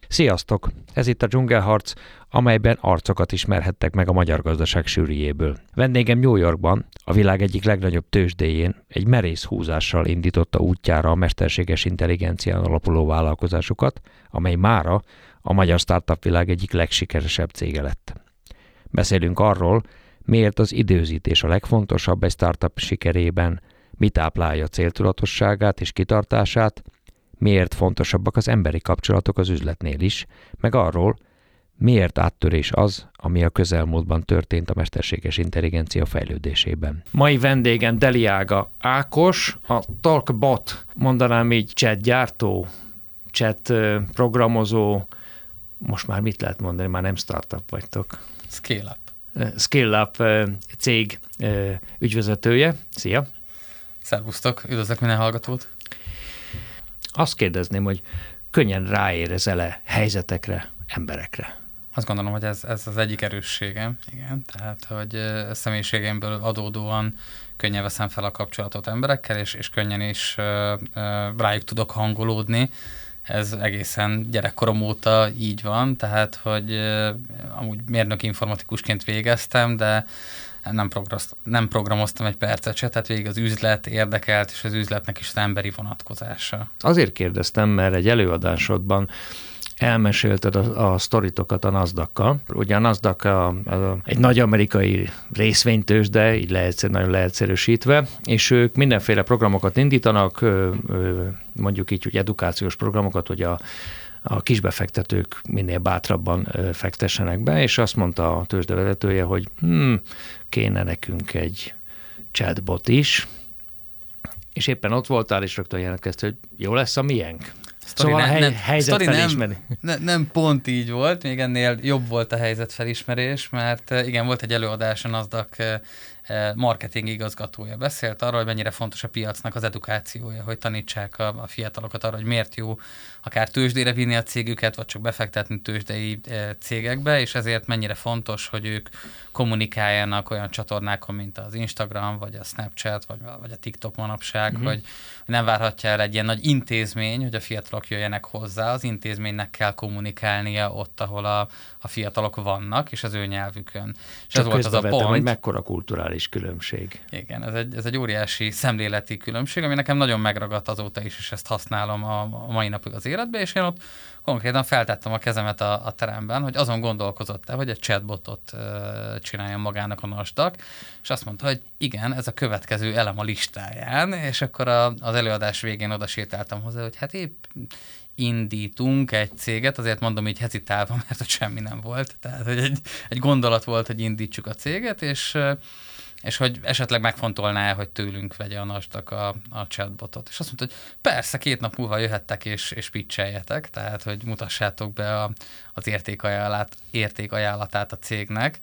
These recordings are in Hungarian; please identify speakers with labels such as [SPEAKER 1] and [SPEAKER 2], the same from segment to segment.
[SPEAKER 1] Sziasztok! Ez itt a Dzsungelharc, amelyben arcokat ismerhettek meg a magyar gazdaság sűrűjéből. Vendégem New Yorkban, a világ egyik legnagyobb tőzsdéjén egy merész húzással indította útjára a mesterséges intelligencián alapuló vállalkozásokat, amely mára a magyar startup világ egyik legsikeresebb cége lett. Beszélünk arról, miért az időzítés a legfontosabb egy startup sikerében, mi táplálja céltudatosságát és kitartását, miért fontosabbak az emberi kapcsolatok az üzletnél is, meg arról, miért áttörés az, ami a közelmúltban történt a mesterséges intelligencia fejlődésében. Mai vendégem Deliága Ákos, a Talkbot, mondanám így chat gyártó, chat programozó, most már mit lehet mondani, már nem startup vagytok. Scale-up cég ügyvezetője. Szia!
[SPEAKER 2] Szervusztok, üdvözlök minden hallgatót!
[SPEAKER 1] Azt kérdezném, hogy könnyen ráérezel-e helyzetekre, emberekre?
[SPEAKER 2] Azt gondolom, hogy ez az egyik erősségem, igen. Tehát, hogy személyiségemből adódóan könnyen veszem fel a kapcsolatot emberekkel, és könnyen is rájuk tudok hangolódni. Ez egészen gyerekkorom óta így van, tehát, hogy amúgy mérnök informatikusként végeztem, de nem programoztam egy percet se, tehát végig az üzlet érdekelt, és az üzletnek is az emberi vonatkozása.
[SPEAKER 1] Azért kérdeztem, mert egy előadásodban elmesélted a sztoritokat a NASDAQ-kal. Ugye a NASDAQ egy nagy amerikai részvénytőzsde, így nagyon leegyszerűsítve, és ők mindenféle programokat indítanak, mondjuk így, hogy edukációs programokat, hogy a kisbefektetők minél bátrabban fektessenek be, és azt mondta a tőzsde vezetője, hogy kéne nekünk egy chatbot is, és éppen ott voltál, és rögtön jelentkezte, hogy jó lesz a miénk. Szóval a helyzetfelismerés.
[SPEAKER 2] Nem pont így volt, még ennél jobb volt a helyzetfelismerés, mert igen, volt egy előadás, a NASDAQ marketing igazgatója beszélt arról, hogy mennyire fontos a piacnak az edukációja, hogy tanítsák a fiatalokat arra, hogy miért jó akár tőzsdére vinni a cégüket, vagy csak befektetni tőzsdei cégekbe, és ezért mennyire fontos, hogy ők kommunikáljanak olyan csatornákon, mint az Instagram, vagy a Snapchat, vagy a TikTok manapság, hogy nem várhatja el egy ilyen nagy intézmény, hogy a fiatalok jöjjenek hozzá, az intézménynek kell kommunikálnia ott, ahol a fiatalok vannak, és az ő nyelvükön. És ez volt az a pont,
[SPEAKER 1] hogy mekkora kulturális különbség.
[SPEAKER 2] Igen, ez egy óriási szemléleti különbség, ami nekem nagyon megragadt azóta is, és ezt használom a mai napig az életben, és én ott konkrétan feltettem a kezemet a teremben, hogy azon gondolkozott-e, hogy egy chatbotot csináljon magának a NASDAQ, és azt mondta, hogy igen, ez a következő elem a listáján, és akkor az előadás végén oda sétáltam hozzá, hogy hát épp indítunk egy céget, azért mondom így hezitálva, mert ott semmi nem volt, tehát hogy egy gondolat volt, hogy indítsuk a céget, és hogy esetleg megfontolná, hogy tőlünk vegye a NASDAQ a chatbotot. És azt mondta, hogy persze, 2 nap múlva jöhettek és pitcheljetek, tehát hogy mutassátok be az értékajánlatát a cégnek.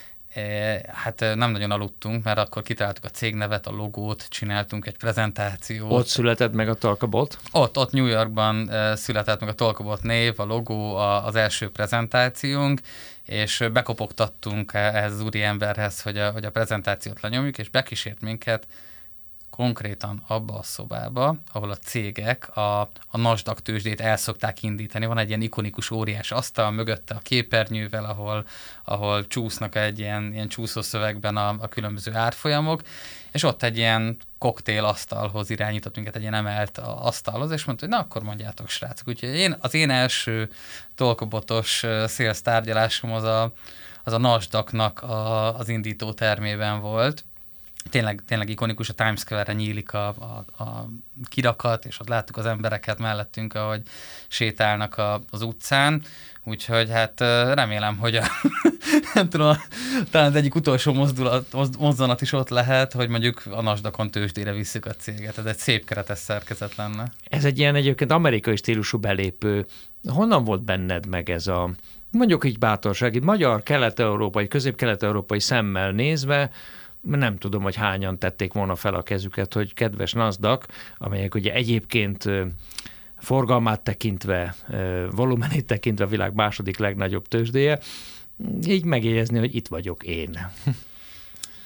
[SPEAKER 2] Hát nem nagyon aludtunk, mert akkor kitaláltuk a cégnevet, a logót, csináltunk egy prezentációt.
[SPEAKER 1] Ott született meg a Talkbot?
[SPEAKER 2] Ott New Yorkban született meg a Talkbot név, a logó, az első prezentációnk, és bekopogtattunk ehhez az úriemberhez, hogy a prezentációt lenyomjuk, és bekísért minket konkrétan abba a szobába, ahol a cégek a NASDAQ tőzsdét el szokták indítani. Van egy ilyen ikonikus óriás asztal mögötte a képernyővel, ahol csúsznak egy ilyen csúszószövegben a különböző árfolyamok, és ott egy ilyen koktélasztalhoz irányított minket, egy ilyen emelt asztalhoz, és mondta, hogy na akkor mondjátok, srácok. Úgyhogy az én első Talkbotos sales tárgyalásom az a NASDAQ-nak az indító termében volt. Tényleg ikonikus, a Times Square-re nyílik a kirakat, és ott láttuk az embereket mellettünk, ahogy sétálnak az utcán, úgyhogy hát remélem, hogy nem tudom, talán az egyik utolsó mozzanat is ott lehet, hogy mondjuk a NASDAQ-on tőzsdére visszük a céget. Ez egy szép keretes szerkezet lenne.
[SPEAKER 1] Ez egy ilyen egyébként amerikai stílusú belépő. Honnan volt benned meg ez a, mondjuk így bátorság, itt magyar, kelet-európai, közép-kelet-európai szemmel nézve, nem tudom, hogy hányan tették volna fel a kezüket, hogy kedves NASDAQ, amelyek ugye egyébként forgalmát tekintve, volumenét tekintve a világ második legnagyobb tőzsdéje, így megjegyezni, hogy itt vagyok én.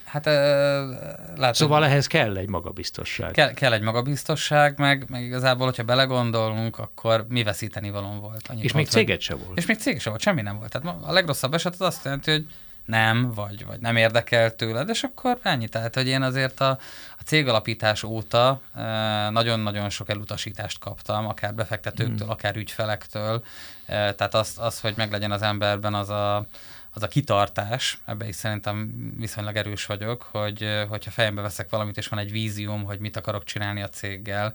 [SPEAKER 2] Hát
[SPEAKER 1] szóval ehhez kell egy magabiztosság.
[SPEAKER 2] Kell egy magabiztosság, meg igazából, hogyha belegondolunk, akkor mi veszíteni valónk volt.
[SPEAKER 1] És még céged se volt.
[SPEAKER 2] És még cég se volt, semmi nem volt. Tehát a legrosszabb eset az azt jelenti, hogy nem, vagy nem érdekel tőled, és akkor ennyi. Tehát, hogy én azért a cégalapítás óta nagyon-nagyon sok elutasítást kaptam, akár befektetőktől, akár ügyfelektől. Tehát az, hogy meglegyen az emberben az a kitartás, ebben is szerintem viszonylag erős vagyok, hogyha fejembe veszek valamit, és van egy vízióm, hogy mit akarok csinálni a céggel,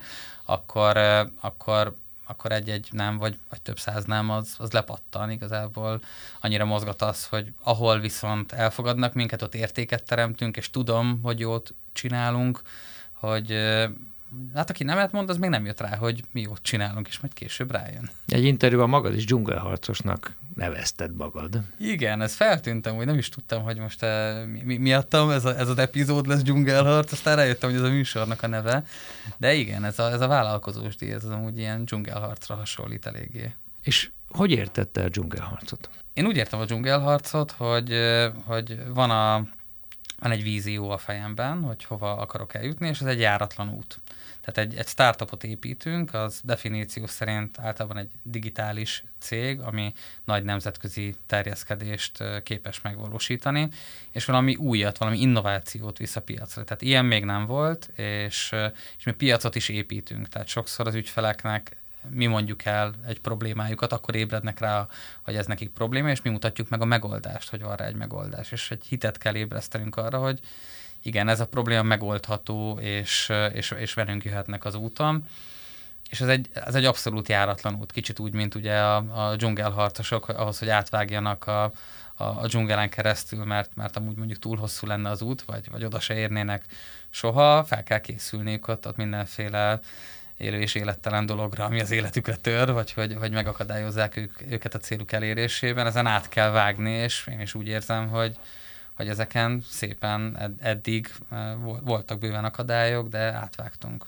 [SPEAKER 2] akkor egy-egy nem, vagy több száz nem, az lepattan igazából. Annyira mozgat az, hogy ahol viszont elfogadnak minket, ott értéket teremtünk, és tudom, hogy jót csinálunk, hogy hát aki nemet mond, az még nem jött rá, hogy mi jót csinálunk, és majd később rájön.
[SPEAKER 1] Egy interjúban magad is dzsungelharcosnak nevezted magad.
[SPEAKER 2] Igen, ez feltűntem, hogy nem is tudtam, hogy most miattam ez az epizód lesz dzsungelharc, aztán rájöttem, hogy ez a műsornak a neve. De igen, ez a vállalkozós díj, ez amúgy ilyen dzsungelharcra hasonlít eléggé.
[SPEAKER 1] És hogy értette a dzsungelharcot?
[SPEAKER 2] Én úgy értem a dzsungelharcot, hogy van egy vízió a fejemben, hogy hova akarok eljutni, és ez egy járatlan út. Tehát egy startupot építünk, az definíció szerint általában egy digitális cég, ami nagy nemzetközi terjeszkedést képes megvalósítani, és valami újat, valami innovációt visz a piacra. Tehát ilyen még nem volt, és mi piacot is építünk. Tehát sokszor az ügyfeleknek mi mondjuk el egy problémájukat, akkor ébrednek rá, hogy ez nekik probléma, és mi mutatjuk meg a megoldást, hogy van rá egy megoldás. És egy hitet kell ébresztenünk arra, hogy igen, ez a probléma megoldható, és velünk jöhetnek az úton. És ez egy abszolút járatlan út. Kicsit úgy, mint ugye a dzsungelharcosok, ahhoz, hogy átvágjanak a dzsungelen keresztül, mert amúgy mondjuk túl hosszú lenne az út, vagy oda se érnének soha, fel kell készülniük ott mindenféle élő és élettelen dologra, ami az életükre tör, vagy hogy megakadályozzák őket a céluk elérésében. Ezen át kell vágni, és én is úgy érzem, hogy ezeken szépen eddig voltak bőven akadályok, de átvágtunk.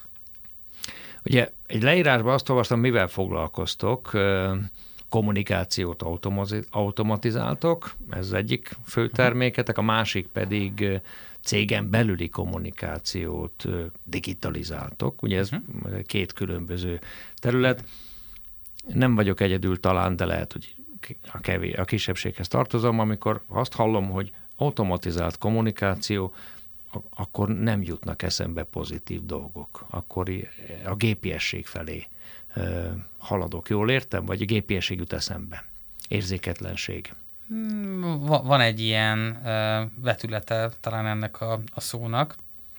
[SPEAKER 1] Ugye egy leírásban azt olvastam, mivel foglalkoztok, kommunikációt automatizáltok, ez az egyik fő terméketek, a másik pedig cégen belüli kommunikációt digitalizáltok. Ugye ez két különböző terület. Nem vagyok egyedül talán, de lehet, hogy a kisebbséghez tartozom, amikor azt hallom, hogy automatizált kommunikáció, akkor nem jutnak eszembe pozitív dolgok. Akkor a gépiesség felé haladok. Jól értem? Vagy a gépiesség jut eszembe? Érzéketlenség.
[SPEAKER 2] Van egy ilyen vetülete talán ennek a szónak.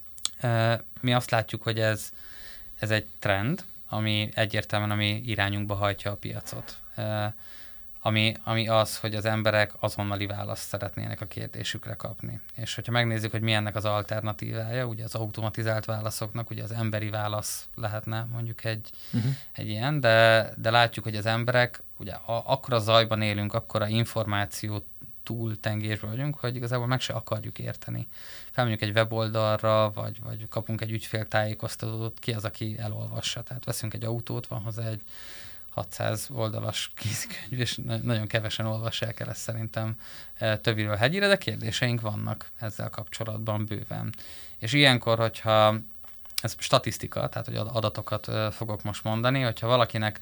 [SPEAKER 2] Mi azt látjuk, hogy ez egy trend, ami egyértelműen a mi irányunkba hajtja a piacot. Ami az, hogy az emberek azonnali választ szeretnének a kérdésükre kapni. És hogyha megnézzük, hogy mi ennek az alternatívája, ugye az automatizált válaszoknak, ugye az emberi válasz lehetne mondjuk egy ilyen, de látjuk, hogy az emberek, ugye akkora zajban élünk, akkora információ túltengésben vagyunk, hogy igazából meg se akarjuk érteni. Felmegyünk egy weboldalra, vagy kapunk egy ügyféltájékoztatót, ki az, aki elolvassa. Tehát veszünk egy autót, van hozzá egy 600 oldalas kézikönyv, és nagyon kevesen olvassák el ezt szerintem töviről hegyire, de kérdéseink vannak ezzel kapcsolatban bőven. És ilyenkor, hogyha ez statisztika, tehát hogy adatokat fogok most mondani, hogyha valakinek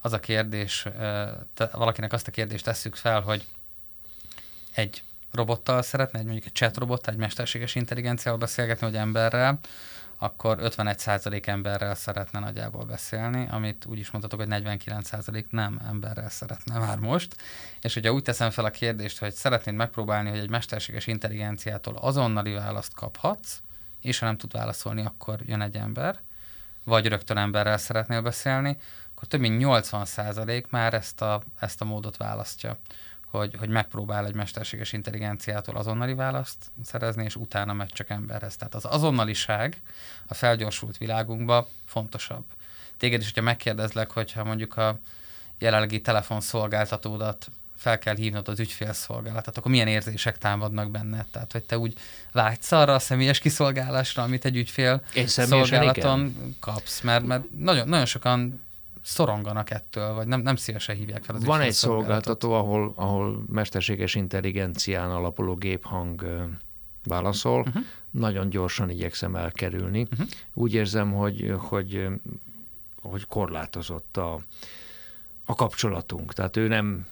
[SPEAKER 2] azt a kérdést tesszük fel, hogy egy robottal szeretne, mondjuk egy chat robottal, egy mesterséges intelligenciával beszélgetni, vagy emberrel, akkor 51% emberrel szeretne nagyjából beszélni, amit úgy is mondhatok, hogy 49% nem emberrel szeretne már most. És hogyha úgy teszem fel a kérdést, hogy szeretnéd megpróbálni, hogy egy mesterséges intelligenciától azonnali választ kaphatsz, és ha nem tud válaszolni, akkor jön egy ember, vagy rögtön emberrel szeretnél beszélni, akkor több mint 80% már ezt a módot választja, hogy megpróbál egy mesterséges intelligenciától azonnali választ szerezni, és utána meg csak emberhez. Tehát az azonnaliság a felgyorsult világunkban fontosabb. Téged is, hogyha megkérdezlek, hogyha mondjuk a jelenlegi telefonszolgáltatódat fel kell hívnod az ügyfélszolgálatot, akkor milyen érzések támadnak benned? Tehát, hogy te úgy vágysz arra a személyes kiszolgálásra, amit egy ügyfélszolgálaton kapsz, mert nagyon, nagyon sokan szoronganak ettől, vagy nem szívesen hívják fel az
[SPEAKER 1] Van egy szolgáltató, ahol mesterséges intelligencián alapuló géphang válaszol, nagyon gyorsan igyekszem elkerülni. Úgy érzem, hogy korlátozott a kapcsolatunk. Tehát ő nem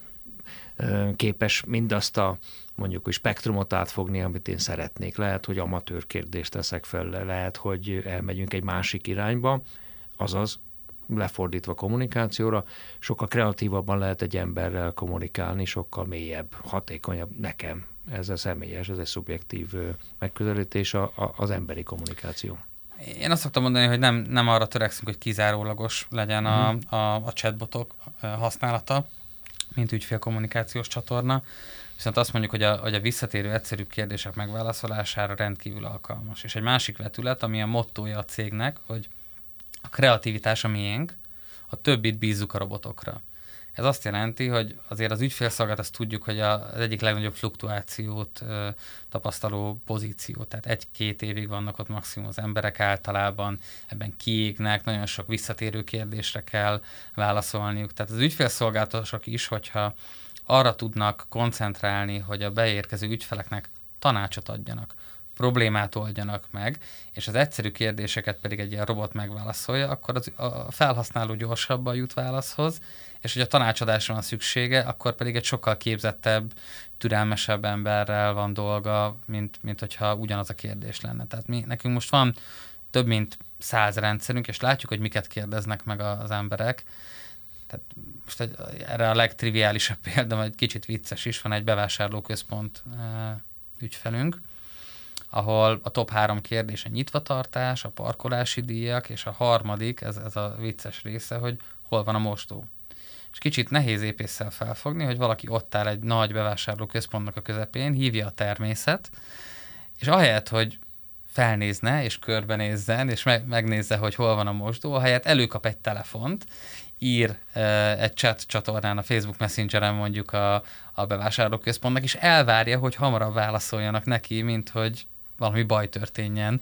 [SPEAKER 1] képes mindazt a mondjuk, hogy spektrumot átfogni, amit én szeretnék. Lehet, hogy amatőr kérdést teszek fel, lehet, hogy elmegyünk egy másik irányba, azaz lefordítva kommunikációra, sokkal kreatívabban lehet egy emberrel kommunikálni, sokkal mélyebb, hatékonyabb nekem. Ez a személyes, ez egy szubjektív megközelítés az emberi kommunikáció.
[SPEAKER 2] Én azt szoktam mondani, hogy nem arra törekszünk, hogy kizárólagos legyen a chatbotok használata, mint ügyfélkommunikációs csatorna, viszont azt mondjuk, hogy a visszatérő egyszerűbb kérdések megválaszolására rendkívül alkalmas. És egy másik vetület, ami a mottója a cégnek, hogy a kreativitás a miénk, a többit bízzuk a robotokra. Ez azt jelenti, hogy azért az ügyfélszolgálat, azt tudjuk, hogy az egyik legnagyobb fluktuációt tapasztaló pozíció, tehát 1-2 évig vannak ott maximum az emberek általában, ebben kiégnek, nagyon sok visszatérő kérdésre kell válaszolniuk. Tehát az ügyfélszolgálatosok is, hogyha arra tudnak koncentrálni, hogy a beérkező ügyfeleknek tanácsot adjanak, problémát oldjanak meg, és az egyszerű kérdéseket pedig egy ilyen robot megválaszolja, akkor a felhasználó gyorsabban jut válaszhoz, és hogy a tanácsadásra van szüksége, akkor pedig egy sokkal képzettebb, türelmesebb emberrel van dolga, mint hogyha ugyanaz a kérdés lenne. Tehát nekünk most van több mint 100 rendszerünk, és látjuk, hogy miket kérdeznek meg az emberek. Tehát most erre a legtriviálisabb példa, egy kicsit vicces is, van egy bevásárlóközpont ügyfelünk, ahol a top 3 kérdés a nyitvatartás, a parkolási díjak, és a harmadik, ez a vicces része, hogy hol van a mosdó. És kicsit nehéz épésszel felfogni, hogy valaki ott áll egy nagy bevásárlóközpontnak a közepén, hívja a természet, és ahelyett, hogy felnézne, és körbenézzen, és megnézze, hogy hol van a mosdó, ahelyett előkap egy telefont, ír egy chat csatornán, a Facebook Messengeren mondjuk a bevásárlóközpontnak, és elvárja, hogy hamarabb válaszoljanak neki, mint hogy valami baj történjen.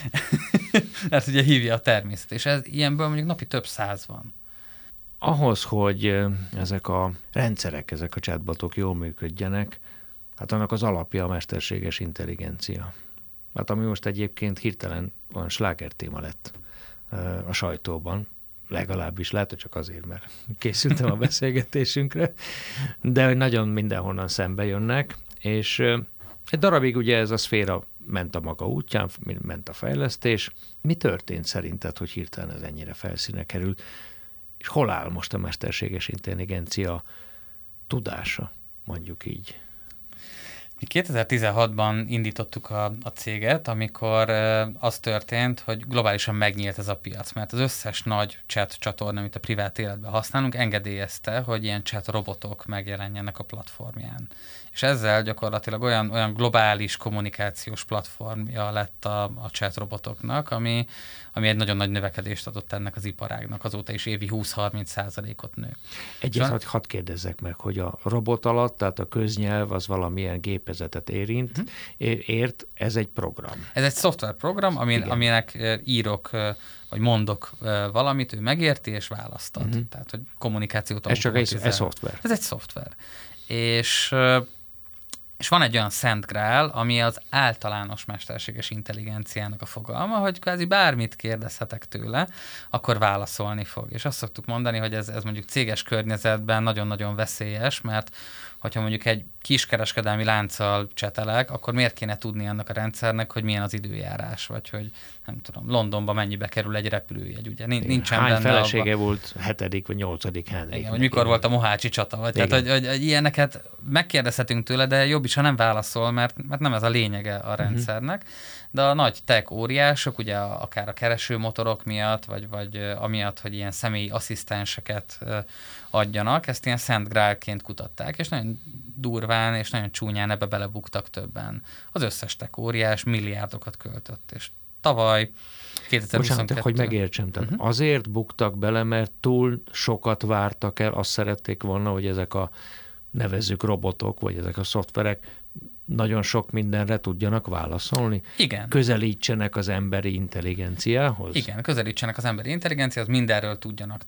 [SPEAKER 2] Mert ugye hívja a természet, és ilyenből mondjuk napi több 100 van.
[SPEAKER 1] Ahhoz, hogy ezek a rendszerek, ezek a chatbotok jól működjenek, hát annak az alapja a mesterséges intelligencia. Hát ami most egyébként hirtelen olyan slágertéma lett a sajtóban, legalábbis lehet, hogy csak azért, mert készültem a beszélgetésünkre, de hogy nagyon mindenhonnan szembe jönnek, és egy darabig ugye ez a szféra ment a maga útján, ment a fejlesztés. Mi történt szerinted, hogy hirtelen ez ennyire felszíne került, és hol áll most a mesterséges intelligencia tudása, mondjuk így?
[SPEAKER 2] Mi 2016-ban indítottuk a céget, amikor az történt, hogy globálisan megnyílt ez a piac, mert az összes nagy chat csatorna, amit a privát életben használunk, engedélyezte, hogy ilyen chat robotok megjelenjenek a platformján. És ezzel gyakorlatilag olyan globális kommunikációs platformja lett a chat robotoknak, ami egy nagyon nagy növekedést adott ennek az iparágnak. Azóta is évi 20-30%-ot nő.
[SPEAKER 1] Hadd kérdezzek meg, hogy a robot alatt, tehát a köznyelv az valamilyen gépezetet ért, ez egy program.
[SPEAKER 2] Ez egy szoftverprogram, aminek írok, vagy mondok valamit, ő megérti és választat. Tehát, hogy kommunikációt automatizál.
[SPEAKER 1] Ez szoftver.
[SPEAKER 2] Ez egy szoftver. És van egy olyan szent grál, ami az általános mesterséges intelligenciának a fogalma, hogy kvázi bármit kérdezhetek tőle, akkor válaszolni fog. És azt szoktuk mondani, hogy ez mondjuk céges környezetben nagyon-nagyon veszélyes, mert hogyha mondjuk egy kiskereskedelmi lánccal csetelek, akkor miért kéne tudni annak a rendszernek, hogy milyen az időjárás, vagy hogy nem tudom, Londonba mennyibe kerül egy repülőjegy, ugye? Nincsen
[SPEAKER 1] hány
[SPEAKER 2] benne
[SPEAKER 1] felesége volt 7. vagy 8. Henrik?
[SPEAKER 2] Igen, hogy mikor volt a Mohácsi csata, vagy tehát, hogy ilyeneket megkérdezhetünk tőle, de jobb is, ha nem válaszol, mert nem ez a lényege a rendszernek. De a nagy tech óriások, ugye akár a keresőmotorok miatt, vagy amiatt, hogy ilyen személyi asszisztenseket adjanak, ezt ilyen szent grálként kutatták, és nagyon durván és nagyon csúnyán ebbe belebuktak többen. Az összes tech óriás milliárdokat költött, és tavaly 2022...
[SPEAKER 1] Bocsánat, hogy megértsem, tehát azért buktak bele, mert túl sokat vártak el, azt szerették volna, hogy ezek a nevezzük robotok, vagy ezek a szoftverek nagyon sok mindenre tudjanak válaszolni?
[SPEAKER 2] Igen.
[SPEAKER 1] Közelítsenek az emberi intelligenciához?
[SPEAKER 2] Igen, közelítsenek az emberi intelligenciához, mindenről tudjanak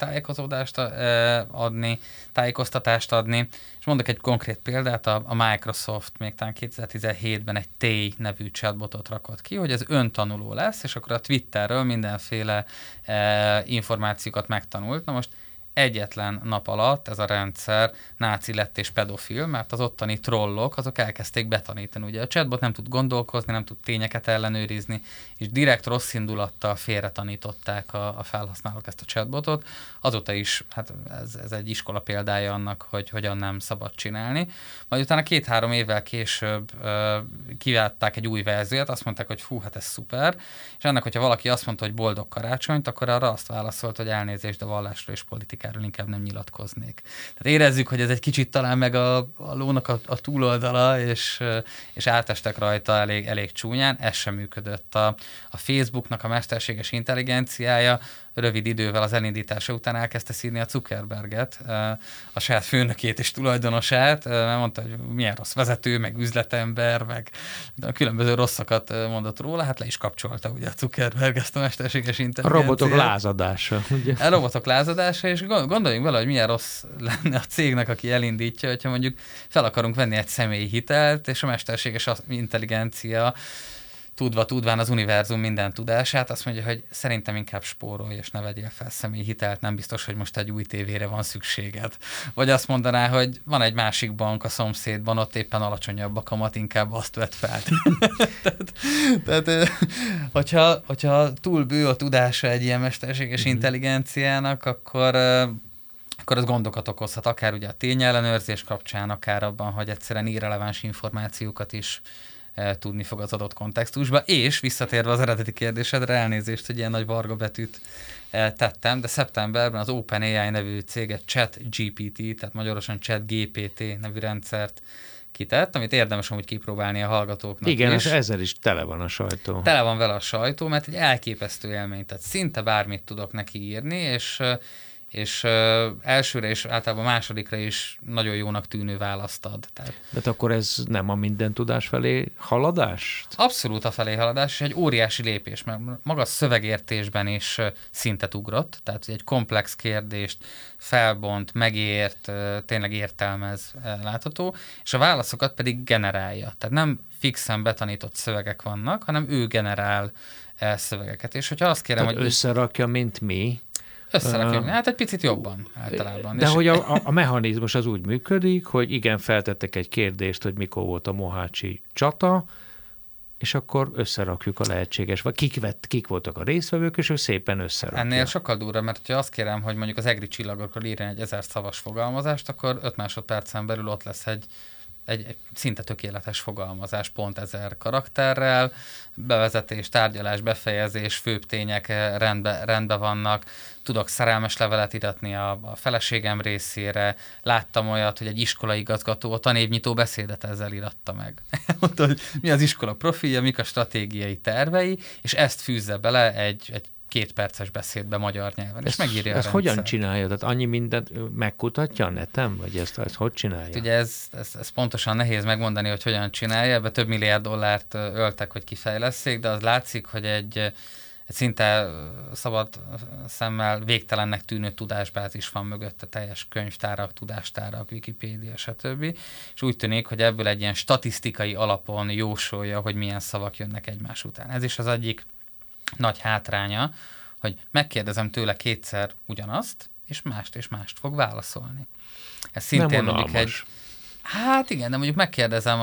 [SPEAKER 2] tájékoztatást adni. És mondok egy konkrét példát, a Microsoft még talán 2017-ben egy Tay nevű chatbotot rakott ki, hogy ez öntanuló lesz, és akkor a Twitterről mindenféle információkat megtanult. Na most egyetlen nap alatt ez a rendszer náci lett és pedofil, mert az ottani trollok, azok elkezdték betanítani. Ugye a chatbot nem tud gondolkozni, nem tud tényeket ellenőrizni, és direkt rossz indulattal félretanították a felhasználók ezt a chatbotot. Azóta is, hát ez egy iskola példája annak, hogy hogyan nem szabad csinálni. Majd utána 2-3 évvel később kiváltták egy új verziót, azt mondták, hogy hú, hát ez szuper, és ennek, hogyha valaki azt mondta, hogy boldog karácsonyt, akkor arra azt válaszolt, hogy elnézést, a vallásról és politikáról inkább nem nyilatkoznék. Tehát érezzük, hogy ez egy kicsit talán meg a lónak a túloldala, és átestek rajta elég csúnyán, ez sem működött. A Facebooknak a mesterséges intelligenciája rövid idővel az elindítása után elkezdte szídni a Zuckerberget, a saját főnökét és tulajdonosát, mert mondta, hogy milyen rossz vezető, meg üzletember, meg különböző rosszakat mondott róla, hát le is kapcsolta ugye a Zuckerberg ezt a mesterséges intelligenciát.
[SPEAKER 1] A robotok lázadása. Ugye?
[SPEAKER 2] A robotok lázadása, és gondoljunk vele, hogy milyen rossz lenne a cégnek, aki elindítja, hogyha mondjuk fel akarunk venni egy személyi hitelt, és a mesterséges intelligencia tudván az univerzum minden tudását, azt mondja, hogy szerintem inkább spórolj, és ne vegyél fel személyi hitelt, nem biztos, hogy most egy új tévére van szükséged. Vagy azt mondaná, hogy van egy másik bank a szomszédban, ott éppen alacsonyabb a kamat, inkább azt vett fel. tehát hogyha túl bő a tudása egy ilyen mesterséges intelligenciának, akkor az gondokat okozhat, akár ugye a tényellenőrzés kapcsán, akár abban, hogy egyszerűen irreleváns információkat is tudni fog az adott kontextusba, és visszatérve az eredeti kérdésedre, elnézést, hogy ilyen nagy varga betűt tettem, de szeptemberben az OpenAI nevű céget ChatGPT, tehát magyarosan ChatGPT nevű rendszert kitett, amit érdemes amúgy kipróbálni a hallgatóknak.
[SPEAKER 1] Igen, és ezzel is tele van a sajtó.
[SPEAKER 2] Tele van vele a sajtó, mert egy elképesztő élmény, tehát szinte bármit tudok neki írni, és elsőre és általában másodikra is nagyon jónak tűnő választ ad.
[SPEAKER 1] De akkor ez nem a minden tudás felé haladás?
[SPEAKER 2] Abszolút a felé haladás, és egy óriási lépés, mert maga a szövegértésben is szintet ugrott, tehát egy komplex kérdést felbont, megért, tényleg értelmez, látható, és a válaszokat pedig generálja. Tehát nem fixen betanított szövegek vannak, hanem ő generál szövegeket. És hogyha azt kérem,
[SPEAKER 1] tehát
[SPEAKER 2] hogy
[SPEAKER 1] összerakja, mint mi,
[SPEAKER 2] összerakjuk, hát egy picit jobban általában.
[SPEAKER 1] De és hogy a mechanizmus az úgy működik, hogy igen, feltettek egy kérdést, hogy mikor volt a mohácsi csata, és akkor összerakjuk a lehetséges, vagy kik voltak a résztvevők, és ő szépen összerakja.
[SPEAKER 2] Ennél sokkal durva, mert ha azt kérem, hogy mondjuk az egri csillagokról írjon egy 1000 szavas fogalmazást, akkor 5 másodpercen belül ott lesz egy szinte tökéletes fogalmazás, pont 1000 karakterrel, bevezetés, tárgyalás, befejezés, főbb tények rendbe vannak, tudok szerelmes levelet iratni a feleségem részére, láttam olyat, hogy egy iskolai-igazgató a tanévnyitó beszédet ezzel iratta meg. Mondta, hogy mi az iskola profilja, mik a stratégiai tervei, és ezt fűzze bele egy 2 perces beszédbe magyar nyelven, és megírja a rendszer.
[SPEAKER 1] Hogyan csinálja? Tehát annyi mindent megkutatja a neten? Vagy ezt hogy csinálja?
[SPEAKER 2] Hát ugye ez pontosan nehéz megmondani, hogy hogyan csinálja, ebbe több milliárd dollárt öltek, hogy kifejlesszék, de az látszik, hogy egy szinte szabad szemmel végtelennek tűnő tudásbázis van mögötte, teljes könyvtárak, tudástárak, Wikipédia, stb. És úgy tűnik, hogy ebből egy ilyen statisztikai alapon jósolja, hogy milyen szavak jönnek egymás után. Ez is az egyik nagy hátránya, hogy megkérdezem tőle 2-szer ugyanazt, és mást fog válaszolni. Ez szintén mondjuk egy... Hát igen, de mondjuk megkérdezem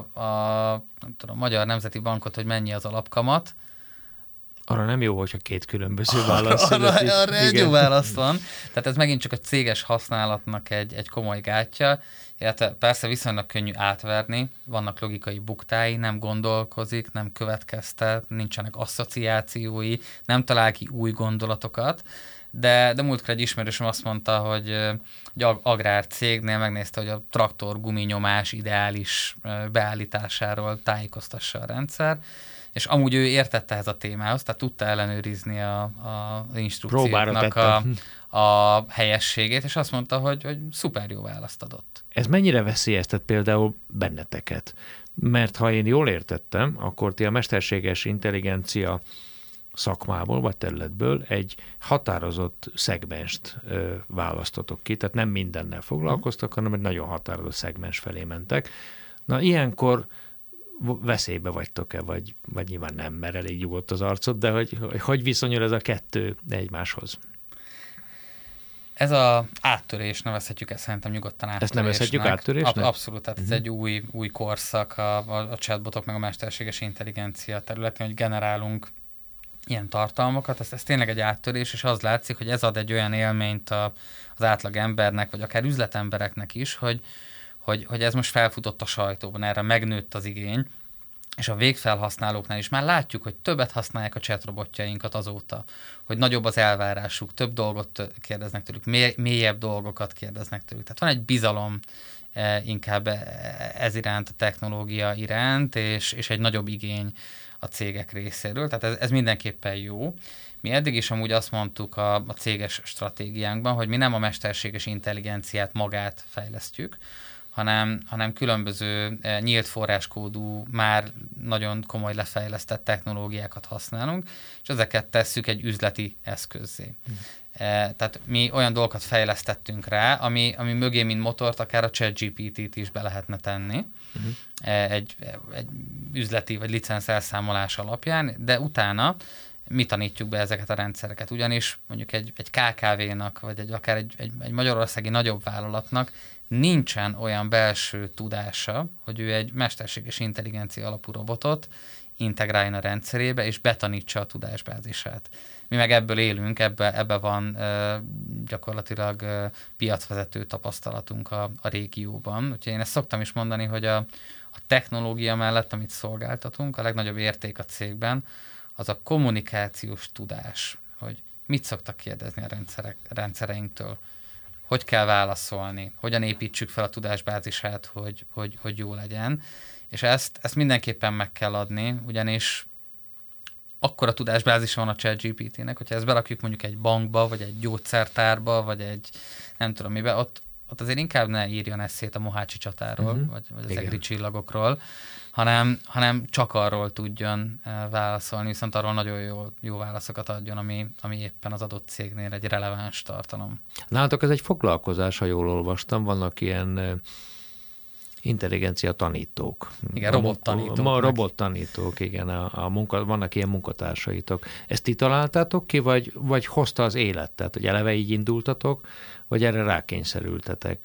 [SPEAKER 2] nem tudom, Magyar Nemzeti Bankot, hogy mennyi az alapkamat.
[SPEAKER 1] Arra nem jó, hogyha 2 különböző válasz születik.
[SPEAKER 2] Arra egy jó válasz van. Tehát ez megint csak a céges használatnak egy komoly gátja, illetve persze viszonylag könnyű átverni, vannak logikai buktái, nem gondolkozik, nem következtet, nincsenek asszociációi, nem talál ki új gondolatokat, de múltkor egy ismerősöm azt mondta, hogy egy agrárcégnél megnézte, hogy a traktor guminyomás ideális beállításáról tájékoztassa a rendszer, és amúgy ő értette ez a témához, tehát tudta ellenőrizni az instrukcióknak a helyességét, és azt mondta, hogy szuper jó választ adott.
[SPEAKER 1] Ez mennyire veszélyeztet például benneteket? Mert ha én jól értettem, akkor ti a mesterséges intelligencia szakmából vagy területből egy határozott szegmenst választotok ki, tehát nem mindennel foglalkoztak, hanem egy nagyon határozott szegmens felé mentek. Na ilyenkor veszélybe vagytok-e, vagy nyilván nem, mert elég nyugodt az arcod, de hogy viszonyul ez a kettő egymáshoz?
[SPEAKER 2] Ez az áttörés, nevezhetjük ezt szerintem nyugodtan áttörésnek.
[SPEAKER 1] Ezt nevezhetjük áttörésnek?
[SPEAKER 2] Abszolút, tehát ez egy új korszak a chatbotok meg a mesterséges intelligencia területén, hogy generálunk ilyen tartalmakat, ez tényleg egy áttörés, és az látszik, hogy ez ad egy olyan élményt az átlag embernek, vagy akár üzletembereknek is, hogy ez most felfutott a sajtóban, erre megnőtt az igény, és a végfelhasználóknál is már látjuk, hogy többet használják a chatrobotjainkat azóta, hogy nagyobb az elvárásuk, több dolgot kérdeznek tőlük, mélyebb dolgokat kérdeznek tőlük. Tehát van egy bizalom inkább ez iránt, a technológia iránt, és egy nagyobb igény a cégek részéről. Tehát ez mindenképpen jó. Mi eddig is amúgy azt mondtuk a céges stratégiánkban, hogy mi nem a mesterséges intelligenciát magát fejlesztjük, hanem különböző nyílt forráskódú, már nagyon komoly lefejlesztett technológiákat használunk, és ezeket tesszük egy üzleti eszközzé. Tehát mi olyan dolgokat fejlesztettünk rá, ami mögé, mint motort, akár a ChatGPT-t is be lehetne tenni, egy üzleti vagy licenc elszámolás alapján, de utána mi tanítjuk be ezeket a rendszereket. Ugyanis mondjuk egy KKV-nak, vagy akár egy magyarországi nagyobb vállalatnak nincsen olyan belső tudása, hogy ő egy mesterséges intelligencia alapú robotot integráljon a rendszerébe, és betanítsa a tudásbázisát. Mi meg ebből élünk, ebbe van gyakorlatilag piacvezető tapasztalatunk a régióban. Úgyhogy én ezt szoktam is mondani, hogy a technológia mellett, amit szolgáltatunk, a legnagyobb érték a cégben, az a kommunikációs tudás, hogy mit szoktak kérdezni a rendszereinktől, hogy kell válaszolni, hogyan építsük fel a tudásbázisát, hogy jó legyen. És ezt mindenképpen meg kell adni, ugyanis akkora tudásbázisa van a ChatGPT-nek, hogyha ezt berakjuk mondjuk egy bankba, vagy egy gyógyszertárba, vagy egy nem tudom mibe, ott azért inkább ne írjon eszét a Mohácsi csatáról, vagy az egri csillagokról, hanem csak arról tudjon válaszolni, viszont arról nagyon jó válaszokat adjon, ami éppen az adott cégnél egy releváns tartalom.
[SPEAKER 1] Nálatok ez egy foglalkozás, ha jól olvastam, vannak ilyen intelligencia tanítók.
[SPEAKER 2] Igen, robottanítók.
[SPEAKER 1] Robottanítók, igen, vannak ilyen munkatársaitok. Ezt ti találtátok ki, vagy hozta az élet? Tehát, hogy eleve így indultatok, vagy erre rákényszerültetek?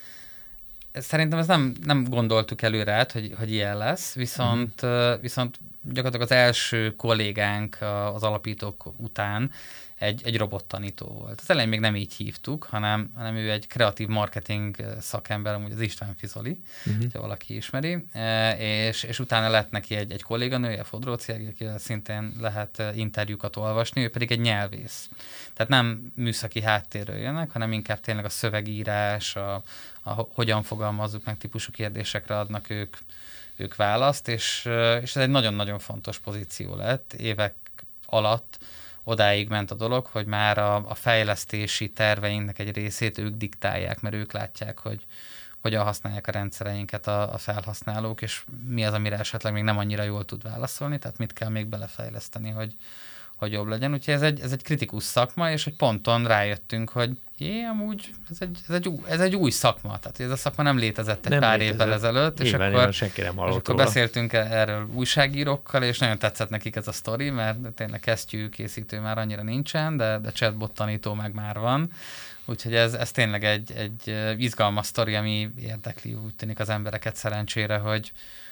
[SPEAKER 2] Szerintem ezt nem gondoltuk előre át, hogy ilyen lesz, viszont gyakorlatilag az első kollégánk az alapítók után egy robottanító volt. Az elején még nem így hívtuk, hanem ő egy kreatív marketing szakember, amúgy az István Fizoli, ha valaki ismeri, és utána lett neki egy kolléganője, Fodróci, akivel szintén lehet interjúkat olvasni, ő pedig egy nyelvész. Tehát nem műszaki háttérről jönnek, hanem inkább tényleg a szövegírás, hogyan fogalmazzuk meg típusú kérdésekre adnak ők választ, és ez egy nagyon-nagyon fontos pozíció lett. Évek alatt odáig ment a dolog, hogy már a fejlesztési terveinknek egy részét ők diktálják, mert ők látják, hogy hogyan használják a rendszereinket a felhasználók, és mi az, amire esetleg még nem annyira jól tud válaszolni, tehát mit kell még belefejleszteni, hogy jobb legyen. Úgyhogy ez egy kritikus szakma, és egy ponton rájöttünk, hogy amúgy ez egy új szakma, tehát ez a szakma nem létezett egy pár évvel ezelőtt, és akkor beszéltünk erről újságírókkal, és nagyon tetszett nekik ez a sztori, mert tényleg kesztyűkészítő már annyira nincsen, de chatbot tanító meg már van. Úgyhogy ez tényleg egy izgalmas sztori, ami érdekli, úgy tűnik az embereket szerencsére, hogy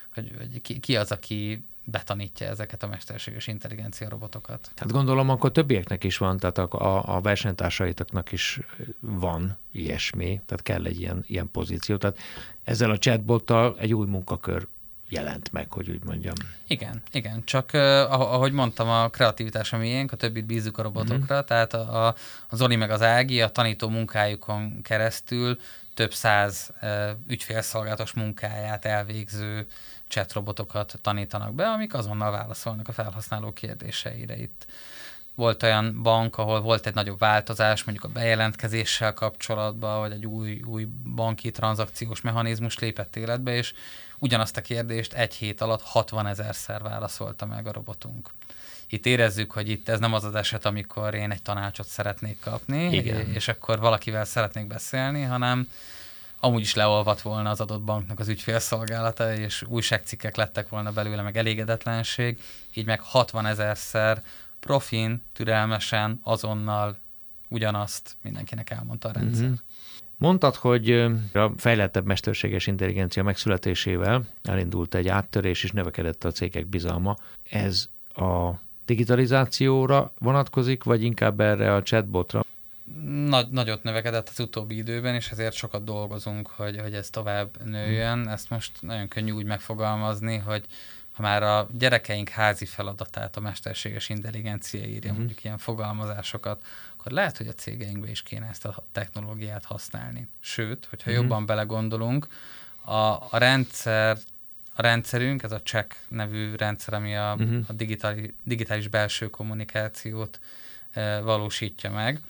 [SPEAKER 2] ki az, aki betanítja ezeket a mesterséges intelligencia robotokat.
[SPEAKER 1] Hát gondolom, akkor többieknek is van, tehát a versenytársaitoknak is van ilyesmi, tehát kell egy ilyen pozíció. Tehát ezzel a chatbottal egy új munkakör jelent meg, hogy úgy mondjam.
[SPEAKER 2] Igen. Csak ahogy mondtam, a kreativitás a miénk, a többit bízzuk a robotokra, tehát a Zoli meg az Ági a tanító munkájukon keresztül több száz ügyfélszolgálatos munkáját elvégző chatrobotokat tanítanak be, amik azonnal válaszolnak a felhasználó kérdéseire. Itt volt olyan bank, ahol volt egy nagyobb változás, mondjuk a bejelentkezéssel kapcsolatban, vagy egy új banki tranzakciós mechanizmus lépett életbe, és ugyanazt a kérdést egy hét alatt 60 000-szer válaszolta meg a robotunk. Itt érezzük, hogy itt ez nem az az eset, amikor én egy tanácsot szeretnék kapni, és akkor valakivel szeretnék beszélni, hanem amúgy is leolvadt volna az adott banknak az ügyfélszolgálata, és újságcikkek lettek volna belőle, meg elégedetlenség, így meg 60 000-szer profin, türelmesen, azonnal ugyanazt mindenkinek elmondta a rendszer. Mm-hmm.
[SPEAKER 1] Mondtad, hogy a fejlettebb mesterséges intelligencia megszületésével elindult egy áttörés, és növekedett a cégek bizalma. Ez a digitalizációra vonatkozik, vagy inkább erre a chatbotra?
[SPEAKER 2] Nagyot növekedett az utóbbi időben, és ezért sokat dolgozunk, hogy ez tovább nőjön. Ezt most nagyon könnyű úgy megfogalmazni, hogy ha már a gyerekeink házi feladatát a mesterséges intelligencia írja, mondjuk ilyen fogalmazásokat, akkor lehet, hogy a cégeinkbe is kéne ezt a technológiát használni. Sőt, hogyha jobban belegondolunk, a rendszerünk, ez a Check nevű rendszer, ami a digitális belső kommunikációt valósítja meg.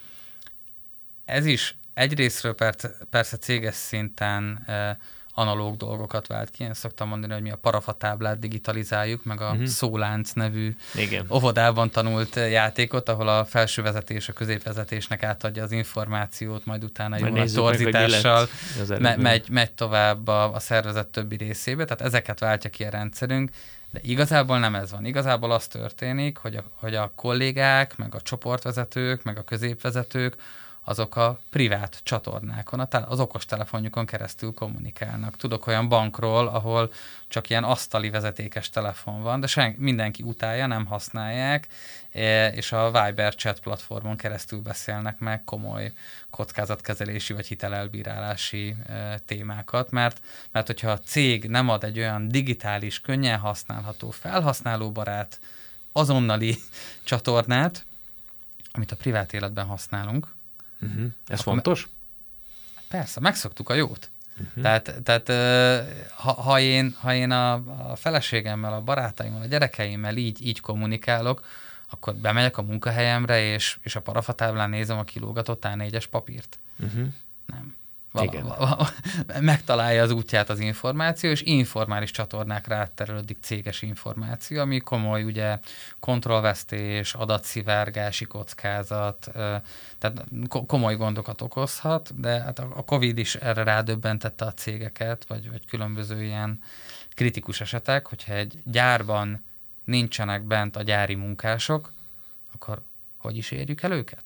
[SPEAKER 2] Ez is egyrésztről persze céges szinten analóg dolgokat vált ki. Én szoktam mondani, hogy mi a parafatáblát digitalizáljuk, meg a Szólánc nevű óvodában tanult játékot, ahol a felső vezetés a középvezetésnek átadja az információt, majd utána jó nagy torzítással megy tovább a szervezet többi részébe. Tehát ezeket váltja ki a rendszerünk, de igazából nem ez van. Igazából az történik, hogy a kollégák, meg a csoportvezetők, meg a középvezetők azok a privát csatornákon, az okostelefonjukon keresztül kommunikálnak. Tudok olyan bankról, ahol csak ilyen asztali vezetékes telefon van, de mindenki utálja, nem használják, és a Viber chat platformon keresztül beszélnek meg komoly kockázatkezelési vagy hitelelbírálási témákat, mert hogyha a cég nem ad egy olyan digitális, könnyen használható, felhasználóbarát, azonnali csatornát, amit a privát életben használunk.
[SPEAKER 1] Ez fontos?
[SPEAKER 2] Persze, megszoktuk a jót. Tehát ha én a feleségemmel, a barátaimmal, a gyerekeimmel így kommunikálok, akkor bemegyek a munkahelyemre, és a parafatáblán nézem a kilógatott A4-es papírt. Nem. Megtalálja az útját az információ, és informális csatornákra átterelődik céges információ, ami komoly, ugye, kontrollvesztés, adatszivárgási kockázat, tehát komoly gondokat okozhat, de hát a Covid is erre rádöbbentette a cégeket, vagy különböző ilyen kritikus esetek, hogyha egy gyárban nincsenek bent a gyári munkások, akkor hogy is érjük el őket?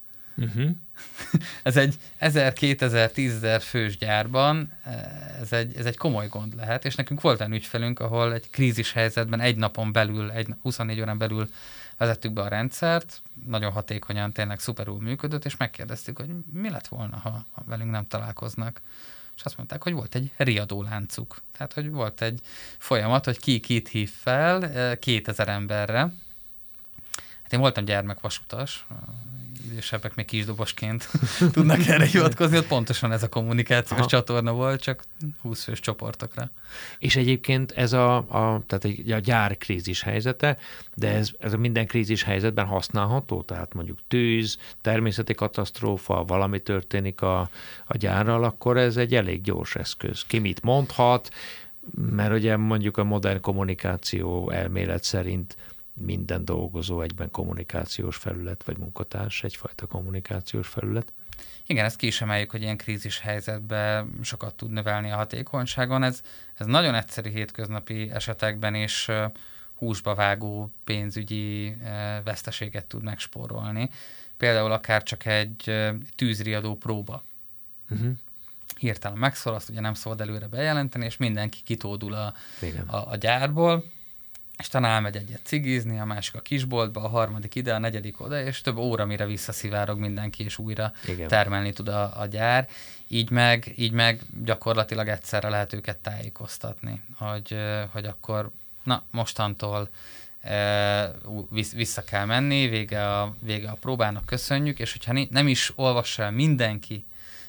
[SPEAKER 2] Ez egy 1000, 2000, 10.000 fős gyárban, ez egy komoly gond lehet, és nekünk volt olyan ügyfelünk, ahol egy krízis helyzetben egy napon belül, 24 órán belül vezettük be a rendszert, nagyon hatékonyan, tényleg szuperul működött, és megkérdeztük, hogy mi lett volna, ha velünk nem találkoznak. És azt mondták, hogy volt egy riadóláncuk. Tehát, hogy volt egy folyamat, hogy ki kit hív fel 2000 emberre. Hát én voltam gyermekvasutas, idősebbek még kisdobosként tudnak erre hivatkozni, ott pontosan ez a kommunikációs csatorna volt, csak 20 fős csoportokra.
[SPEAKER 1] És egyébként ez tehát a gyár krízis helyzete, de ez a minden krízis helyzetben használható? Tehát mondjuk tűz, természeti katasztrófa, valami történik a gyárral, akkor ez egy elég gyors eszköz. Ki mit mondhat, mert ugye mondjuk a modern kommunikáció elmélet szerint minden dolgozó egyben kommunikációs felület, vagy munkatárs egyfajta kommunikációs felület.
[SPEAKER 2] Igen, ezt ki is emeljük, hogy ilyen krízis helyzetben sokat tud növelni a hatékonyságon. Ez nagyon egyszerű hétköznapi esetekben is húsba vágó pénzügyi veszteséget tud megspórolni. Például akár csak egy tűzriadó próba. Hirtelen megszól, azt ugye nem szabad előre bejelenteni, és mindenki kitódul a gyárból, és talán elmegy egyet cigizni, a másik a kisboltba, a harmadik ide, a negyedik oda, és több óra, mire visszaszivárog mindenki, és újra termelni tud a gyár. Így meg gyakorlatilag egyszerre lehet őket tájékoztatni, hogy akkor mostantól vissza kell menni, vége a próbának, köszönjük, és hogyha nem is olvassa el mindenki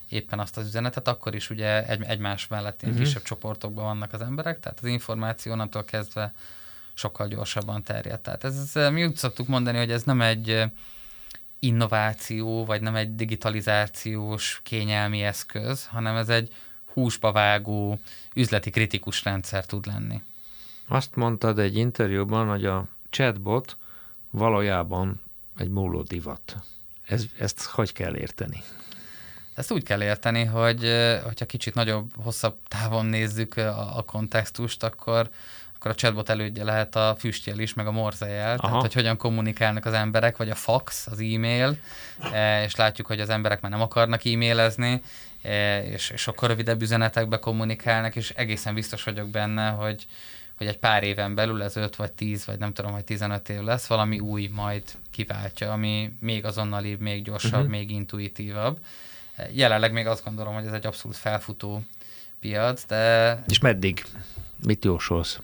[SPEAKER 2] éppen azt az üzenetet, akkor is ugye egymás mellett ilyen kisebb csoportokban vannak az emberek, tehát az információ onnantól kezdve sokkal gyorsabban terjed. Tehát mi úgy szoktuk mondani, hogy ez nem egy innováció, vagy nem egy digitalizációs kényelmi eszköz, hanem ez egy húsba vágó, üzleti kritikus rendszer tud lenni.
[SPEAKER 1] Azt mondtad egy interjúban, hogy a chatbot valójában egy múló divat. Ezt hogy kell érteni?
[SPEAKER 2] Ezt úgy kell érteni, hogyha kicsit nagyobb, hosszabb távon nézzük a kontextust, akkor a chatbot elődje lehet a füstjel is, meg a morzejel, tehát hogy hogyan kommunikálnak az emberek, vagy a fax, az e-mail, és látjuk, hogy az emberek már nem akarnak e-mailezni, és sokkal rövidebb üzenetekbe kommunikálnak, és egészen biztos vagyok benne, hogy egy pár éven belül, ez 5 vagy 10, vagy nem tudom, hogy 15 év lesz, valami új majd kiváltja, ami még azonnalibb, még gyorsabb, még intuitívabb. Jelenleg még azt gondolom, hogy ez egy abszolút felfutó piac, de...
[SPEAKER 1] És meddig? Mit jósolsz?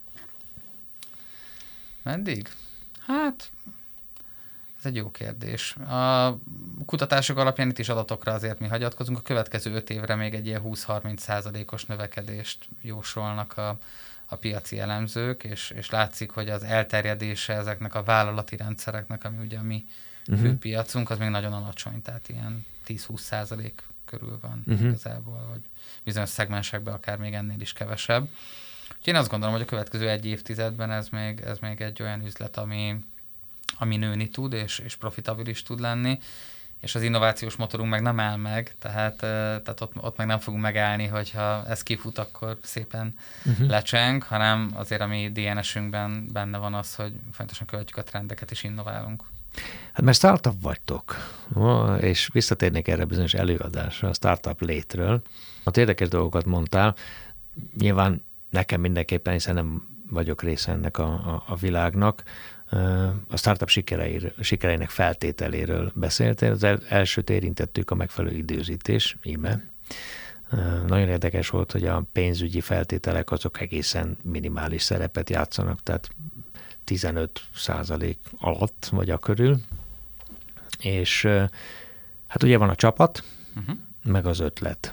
[SPEAKER 2] Meddig? Hát, ez egy jó kérdés. A kutatások alapján itt is adatokra azért mi hagyatkozunk. A következő 5 évre még egy ilyen 20-30%-os növekedést jósolnak a piaci elemzők, és látszik, hogy az elterjedése ezeknek a vállalati rendszereknek, ami ugye a mi főpiacunk, az még nagyon alacsony, tehát ilyen 10-20% körül van igazából, vagy bizonyos szegmensekben akár még ennél is kevesebb. Úgyhogy én azt gondolom, hogy a következő 1 évtizedben ez még egy olyan üzlet, ami nőni tud, és profitabilis tud lenni, és az innovációs motorunk meg nem áll meg, tehát ott meg nem fogunk megállni, hogyha ez kifut, akkor szépen lecseng, hanem azért a mi DNS-ünkben benne van az, hogy fontosan követjük a trendeket és innoválunk.
[SPEAKER 1] Hát mert startup vagytok, és visszatérnék erre bizonyos előadásra, a startup létről. Ott érdekes dolgokat mondtál, nyilván nekem mindenképpen, hiszen nem vagyok része ennek a világnak, a startup sikereinek feltételéről beszéltél. Az elsőt érintettük, a megfelelő időzítés, íme. Nagyon érdekes volt, hogy a pénzügyi feltételek azok egészen minimális szerepet játszanak, tehát 15% alatt vagy a körül. És hát ugye van a csapat, meg az ötlet.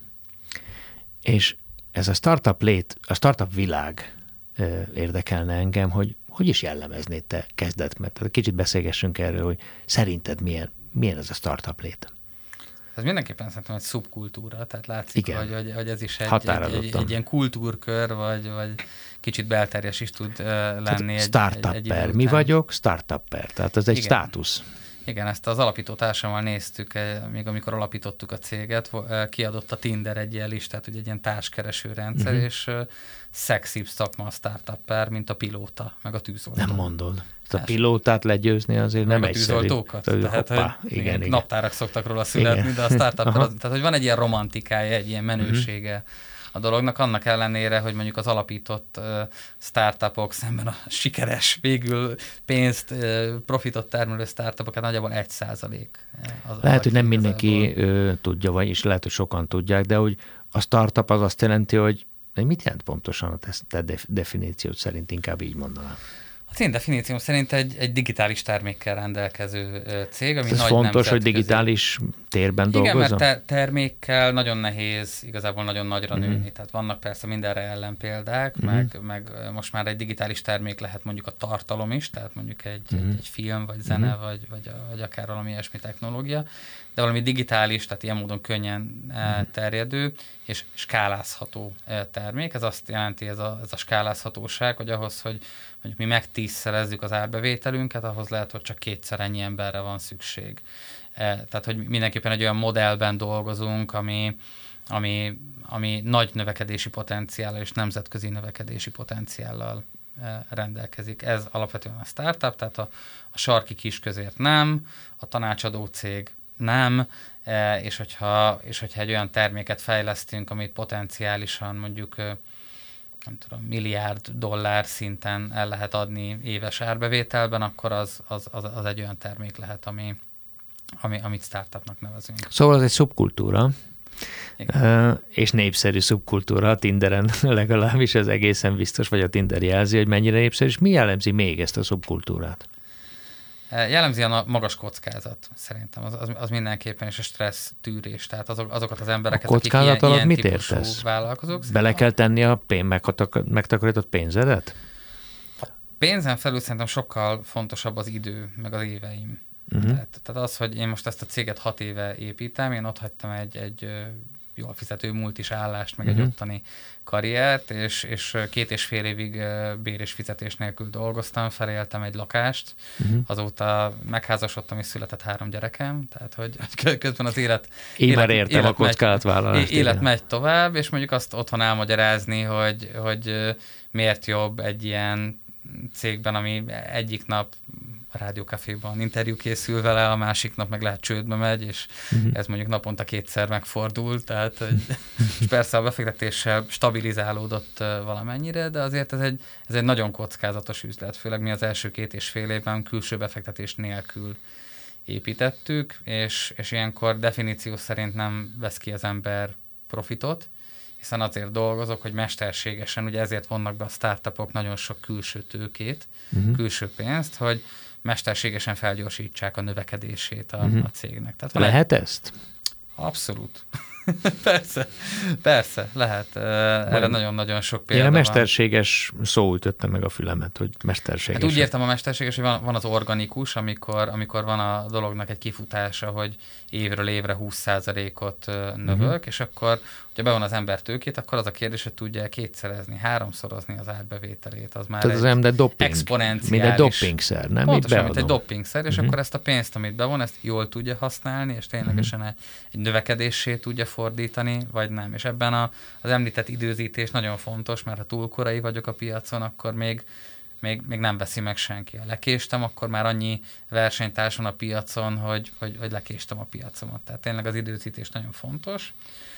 [SPEAKER 1] És ez a startup világ érdekelne engem, hogy is jellemeznéd te kezdetmet? Tehát kicsit beszélgessünk erről, hogy szerinted milyen ez a startup lét?
[SPEAKER 2] Ez mindenképpen szerintem egy szubkultúra, tehát látszik, hogy ez is egy ilyen kultúrkör, vagy kicsit belterjes is tud lenni.
[SPEAKER 1] Startupper. Mi vagyok? Startupper. Tehát ez egy státusz.
[SPEAKER 2] Igen, ezt az alapító társammal néztük, még amikor alapítottuk a céget, kiadott a Tinder egy ilyen listát, egy ilyen társkereső rendszer, és szexibb szakma a startupper, mint a pilóta, meg a tűzoltó.
[SPEAKER 1] Nem mondod. A pilótát legyőzni azért meg nem egyszerű.
[SPEAKER 2] Meg a tűzoltókat. Tehát, igen. Naptárak szoktak róla születni, de a startupper, tehát hogy van egy ilyen romantikája, egy ilyen menősége a dolognak, annak ellenére, hogy mondjuk az alapított startupok szemben a sikeres, végül pénzt, profitot termelő startupokat nagyjából 1%.
[SPEAKER 1] Lehet, hogy nem mindenki tudja, vagyis lehet, hogy sokan tudják, de hogy a startup az azt jelenti, hogy mit jelent pontosan a te definíciót szerint, inkább így mondanám.
[SPEAKER 2] Az én definícióm szerint egy digitális termékkel rendelkező cég, ami
[SPEAKER 1] ez
[SPEAKER 2] nagy
[SPEAKER 1] fontos, hogy digitális térben dolgozom?
[SPEAKER 2] Igen, mert termékkel nagyon nehéz igazából nagyon nagyra nőni. Tehát vannak persze mindenre ellenpéldák, meg most már egy digitális termék lehet mondjuk a tartalom is, tehát mondjuk egy film, vagy zene, vagy akár valami ilyesmi technológia, de valami digitális, tehát ilyen módon könnyen terjedő és skálázható termék. Ez azt jelenti, ez a skálázhatóság, hogy ahhoz, hogy mondjuk mi meg 10-szerezzük az árbevételünket, ahhoz lehet, hogy csak 2-szer ennyi emberre van szükség. Tehát, hogy mindenképpen egy olyan modellben dolgozunk, ami nagy növekedési potenciállal és nemzetközi növekedési potenciállal rendelkezik. Ez alapvetően a startup, tehát a sarki kisközért nem, a tanácsadó cég nem, és hogyha egy olyan terméket fejlesztünk, amit potenciálisan mondjuk nem tudom, $1 milliárd szinten el lehet adni éves árbevételben, akkor az egy olyan termék lehet, amit startupnak nevezünk.
[SPEAKER 1] Szóval az egy szubkultúra, és népszerű szubkultúra a Tinderen legalábbis, ez egészen biztos, vagy a Tinder jelzi, hogy mennyire népszerű, és mi jellemzi még ezt a szubkultúrát?
[SPEAKER 2] Jellemzően a magas kockázat szerintem, az mindenképpen, és a stressz tűrés, tehát azokat az embereket,
[SPEAKER 1] a kockázat
[SPEAKER 2] akik ilyen
[SPEAKER 1] mit
[SPEAKER 2] típusú
[SPEAKER 1] értesz?
[SPEAKER 2] vállalkozók.
[SPEAKER 1] Bele kell tenni a megtakarított pénzedet?
[SPEAKER 2] A pénzen felül szerintem sokkal fontosabb az idő, meg az éveim. Tehát az, hogy én most ezt a céget 6 éve építem, én ott hagytam egy jól fizető multis állást, meg egy ottani karriert, és 2,5 évig bér és fizetés nélkül dolgoztam, feléltem egy lakást, azóta megházasodtam, és született 3 gyerekem, tehát hogy közben az élet megy tovább, és mondjuk azt otthon elmagyarázni, hogy miért jobb egy ilyen cégben, ami egyik nap a rádiókaféban interjú készül vele, a másik nap meg lehet csődbe megy, és ez mondjuk naponta 2-szer megfordul, tehát és persze a befektetéssel stabilizálódott valamennyire, de azért ez egy nagyon kockázatos üzlet, főleg mi az első 2,5 évben külső befektetés nélkül építettük, és ilyenkor definíció szerint nem vesz ki az ember profitot, hiszen azért dolgozok, hogy mesterségesen, ugye ezért vonnak be a startupok nagyon sok külső tőkét, külső pénzt, hogy mesterségesen felgyorsítsák a növekedését a cégnek. Tehát
[SPEAKER 1] lehet ezt?
[SPEAKER 2] Abszolút. Persze, lehet. Erre nagyon-nagyon sok példa
[SPEAKER 1] van. Mesterséges szó ütötte meg a fülemet, hogy mesterséges.
[SPEAKER 2] Hát úgy értem a mesterséges, hogy van az organikus, amikor van a dolognak egy kifutása, hogy évről évre 20%-ot növök, és akkor, hogyha bevon az ember tőkét, akkor az a kérdés, hogy tudja kétszerezni, 3-szorozni az árbevételét. Az már
[SPEAKER 1] tehát egy
[SPEAKER 2] exponenciális.
[SPEAKER 1] Mint egy doppingszer, nem?
[SPEAKER 2] Pontosan, mint egy doppingszer, és akkor ezt a pénzt, amit bevon, ezt jól tudja használni, és ténylegesen egy növekedésé tudja fordítani, vagy nem. És ebben az említett időzítés nagyon fontos, mert ha túl korai vagyok a piacon, akkor még nem veszi meg senki. Ha lekéstem, akkor már annyi versenytárs van a piacon, hogy lekéstem a piacomat. Tehát tényleg az időzítés nagyon fontos.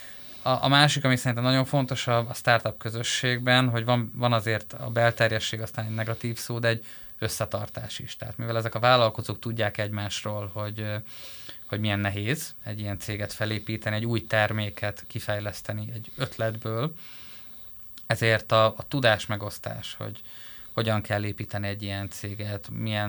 [SPEAKER 2] A másik, ami szerintem nagyon fontos a startup közösségben, hogy van azért a belterjesség, aztán egy negatív szó, de egy összetartás is. Tehát mivel ezek a vállalkozók tudják egymásról, hogy milyen nehéz egy ilyen céget felépíteni, egy új terméket kifejleszteni egy ötletből, ezért a tudás megosztás, hogy hogyan kell építeni egy ilyen céget,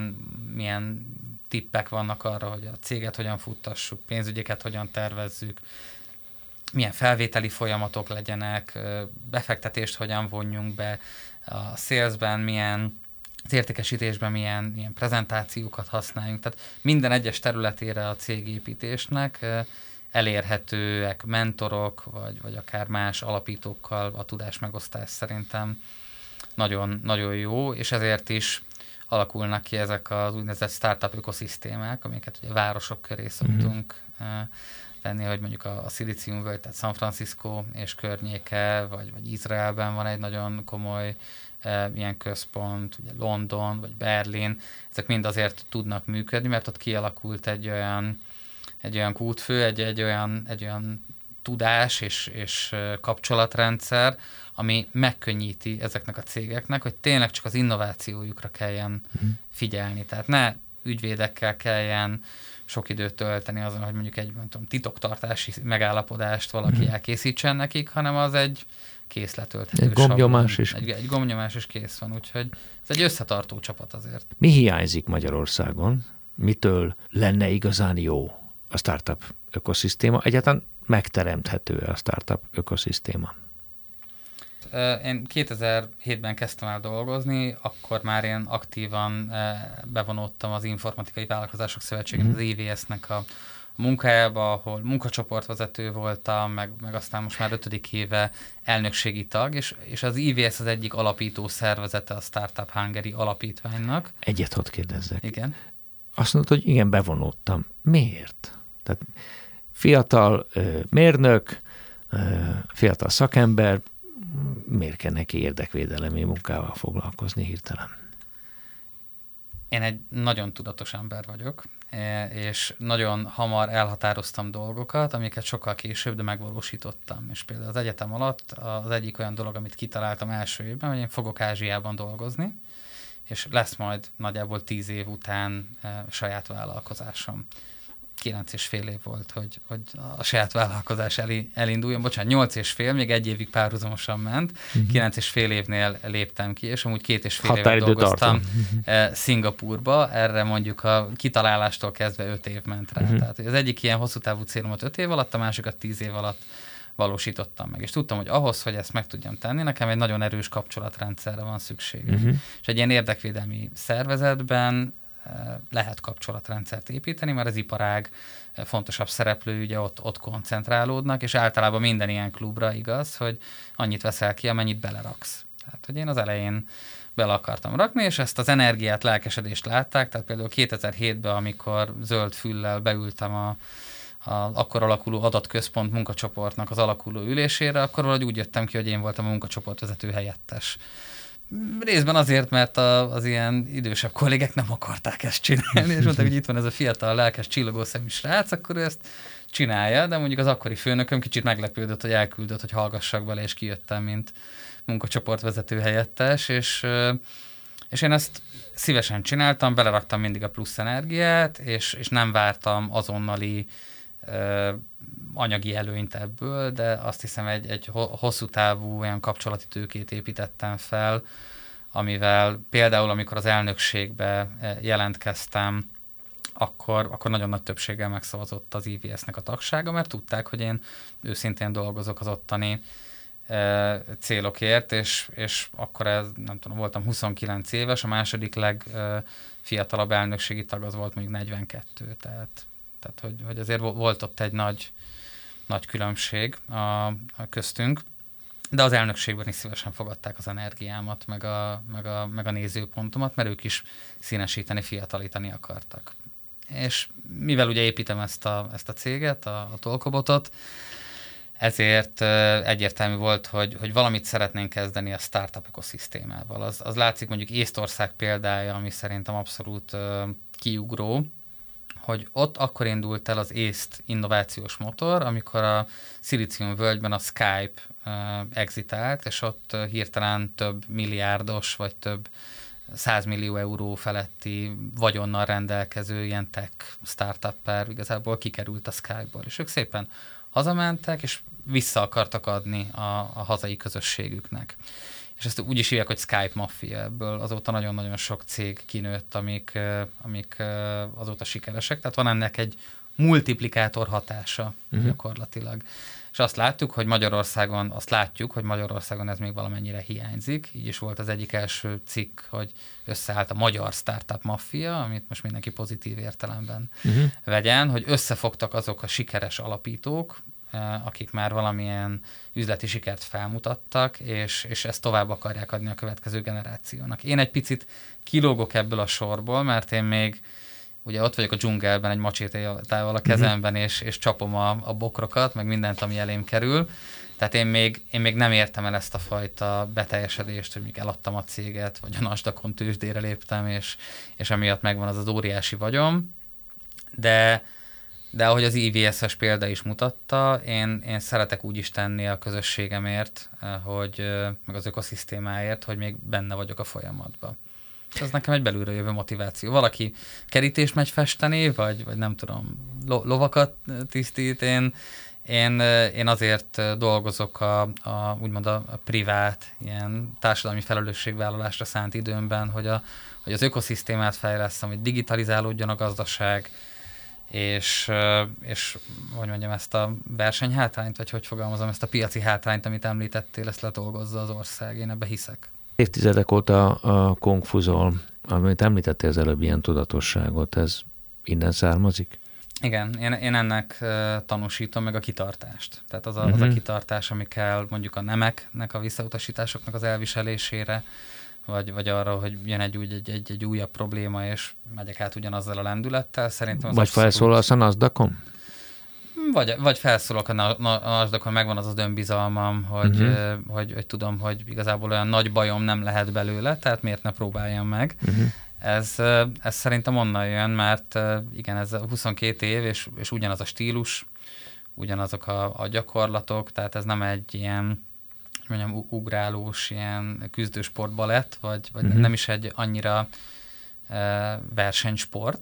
[SPEAKER 2] milyen tippek vannak arra, hogy a céget hogyan futtassuk, pénzügyeket hogyan tervezzük, milyen felvételi folyamatok legyenek, befektetést hogyan vonjunk be, a salesben az értékesítésben milyen prezentációkat használjunk. Tehát minden egyes területére a cégépítésnek elérhetőek mentorok, vagy akár más alapítókkal a tudásmegosztás szerintem nagyon, nagyon jó, és ezért is alakulnak ki ezek az úgynevezett startup ökoszisztémák, amiket ugye városok köré szoktunk tenni, hogy mondjuk a Szilíciumvölgy, tehát San Francisco és környéke, vagy Izraelben van egy nagyon komoly ilyen központ, ugye London, vagy Berlin, ezek mind azért tudnak működni, mert ott kialakult egy olyan kútfő, egy olyan tudás és kapcsolatrendszer, ami megkönnyíti ezeknek a cégeknek, hogy tényleg csak az innovációjukra kelljen figyelni. Tehát ne ügyvédekkel kelljen sok időt tölteni azon, hogy mondjuk egy titoktartási megállapodást valaki elkészítsen nekik, hanem az egy készletölthető.
[SPEAKER 1] Egy gombnyomás is.
[SPEAKER 2] Egy gombnyomás is kész van, úgyhogy ez egy összetartó csapat azért.
[SPEAKER 1] Mi hiányzik Magyarországon? Mitől lenne igazán jó a startup ökoszisztéma? Egyáltalán megteremthető-e a startup ökoszisztéma?
[SPEAKER 2] Én 2007-ben kezdtem el dolgozni, akkor már én aktívan bevonódtam az Informatikai Vállalkozások Szövetségének, az IVS-nek a munkájába, ahol munkacsoportvezető voltam, meg aztán most már 5. éve elnökségi tag, és az IVS az egyik alapító szervezete a Startup Hungary alapítványnak.
[SPEAKER 1] Egyet hadd kérdezzek.
[SPEAKER 2] Igen.
[SPEAKER 1] Azt mondod, hogy igen, bevonódtam. Miért? Tehát fiatal mérnök, fiatal szakember, miért kell neki érdekvédelemi munkával foglalkozni hirtelen?
[SPEAKER 2] Én egy nagyon tudatos ember vagyok, és nagyon hamar elhatároztam dolgokat, amiket sokkal később, de megvalósítottam. És például az egyetem alatt az egyik olyan dolog, amit kitaláltam első évben, hogy én fogok Ázsiában dolgozni, és lesz majd nagyjából 10 év után saját vállalkozásom. 9,5 év volt, hogy a saját vállalkozás elinduljon. Bocsánat, 8,5, még egy évig párhuzamosan ment. 9,5 évnél léptem ki, és amúgy 2,5 évet dolgoztam Szingapúrba. Erre mondjuk a kitalálástól kezdve 5 év ment rá. Tehát az egyik ilyen hosszú távú célomat 5 év alatt, a másikat 10 év alatt valósítottam meg. És tudtam, hogy ahhoz, hogy ezt meg tudjam tenni, nekem egy nagyon erős kapcsolatrendszerre van szükségem. És egy ilyen érdekvédelmi szervezetben lehet kapcsolatrendszert építeni, mert az iparág fontosabb szereplő, ugye ott koncentrálódnak, és általában minden ilyen klubra igaz, hogy annyit veszel ki, amennyit beleraksz. Tehát, hogy én az elején bele akartam rakni, és ezt az energiát, lelkesedést látták, tehát például 2007-ben, amikor zöld füllel beültem a akkor alakuló adatközpont munkacsoportnak az alakuló ülésére, akkor valahogy úgy jöttem ki, hogy én voltam a munkacsoportvezető helyettes. Részben azért, mert az ilyen idősebb kollégek nem akarták ezt csinálni, és mondták, hogy itt van ez a fiatal, lelkes, csillogószemű srác, akkor ő ezt csinálja, de mondjuk az akkori főnököm kicsit meglepődött, hogy elküldött, hogy hallgassak bele, és kijöttem, mint munkacsoportvezető helyettes, és én ezt szívesen csináltam, beleraktam mindig a plusz energiát, és nem vártam azonnali anyagi előnyt ebből, de azt hiszem egy hosszú távú olyan kapcsolati tőkét építettem fel, amivel például amikor az elnökségbe jelentkeztem, akkor nagyon nagy többséggel megszavazott az IVS-nek a tagsága, mert tudták, hogy én őszintén dolgozok az ottani célokért, és akkor nem tudom, voltam 29 éves, a második legfiatalabb elnökségi tag az volt mondjuk 42, tehát hogy azért volt ott egy nagy különbség a köztünk, de az elnökségben is szívesen fogadták az energiámat, meg a nézőpontomat, mert ők is színesíteni, fiatalítani akartak. És mivel ugye építem ezt a céget, a Tolkobotot, ezért egyértelmű volt, hogy valamit szeretnénk kezdeni a startup ökoszisztémával. Az látszik mondjuk Észtország példája, ami szerintem abszolút kiugró, hogy ott akkor indult el az észt innovációs motor, amikor a Szilícium-völgyben a Skype exitált, és ott hirtelen több milliárdos, vagy több 100 millió euró feletti vagyonnal rendelkező ilyen tech startup-per igazából kikerült a Skype-ból, és ők szépen hazamentek, és vissza akartak adni a hazai közösségüknek. És ezt úgy is hívják, hogy Skype Mafia, ebből azóta nagyon-nagyon sok cég kinőtt, amik azóta sikeresek. Tehát van ennek egy multiplikátor hatása gyakorlatilag. És azt látjuk, hogy Magyarországon ez még valamennyire hiányzik. Így is volt az egyik első cikk, hogy összeállt a magyar startup maffia, amit most mindenki pozitív értelemben vegyen, hogy összefogtak azok a sikeres alapítók, akik már valamilyen üzleti sikert felmutattak, és ezt tovább akarják adni a következő generációnak. Én egy picit kilógok ebből a sorból, mert én még ugye ott vagyok a dzsungelben egy macsétával a kezemben, és csapom a bokrokat, meg mindent, ami elém kerül. Tehát én még nem értem el ezt a fajta beteljesedést, hogy még eladtam a céget, vagy a Nasdaqon tőzsdére léptem, és emiatt megvan az óriási vagyom. De ahogy az IVS-es példa is mutatta, én szeretek úgy is tenni a közösségemért, meg az ökoszisztémáért, hogy még benne vagyok a folyamatban. Ez nekem egy belülről jövő motiváció. Valaki kerítést megy festeni, vagy nem tudom, lovakat tisztít. Én azért dolgozok úgymond a privát, ilyen társadalmi felelősségvállalásra szánt időmben, hogy az ökoszisztémát fejlesztem, hogy digitalizálódjon a gazdaság, és hogy mondjam, ezt a versenyhátrányt, vagy hogy fogalmazom, ezt a piaci hátrányt, amit említettél, ezt letolgozza az ország. Én ebbe hiszek.
[SPEAKER 1] Évtizedek óta a kungfuzol, amit említettél az előbb, ilyen tudatosságot, ez innen származik?
[SPEAKER 2] Igen, én ennek tanúsítom meg a kitartást. Tehát az a kitartás, ami kell mondjuk a nemeknek, a visszautasításoknak az elviselésére, vagy arra, hogy jön egy újabb probléma, és megyek át ugyanazzal a lendülettel. Szerintem az
[SPEAKER 1] vagy felszólalsz a Nasdaqon?
[SPEAKER 2] Vagy felszólok a Nasdaqon, megvan az önbizalmam, hogy tudom, hogy igazából olyan nagy bajom nem lehet belőle, tehát miért ne próbáljam meg. Ez szerintem onnan jön, mert igen, ez 22 év, és ugyanaz a stílus, ugyanazok a gyakorlatok, tehát ez nem egy ilyen, mondjam, ugrálós, ilyen küzdősport balett, vagy nem is egy annyira versenysport,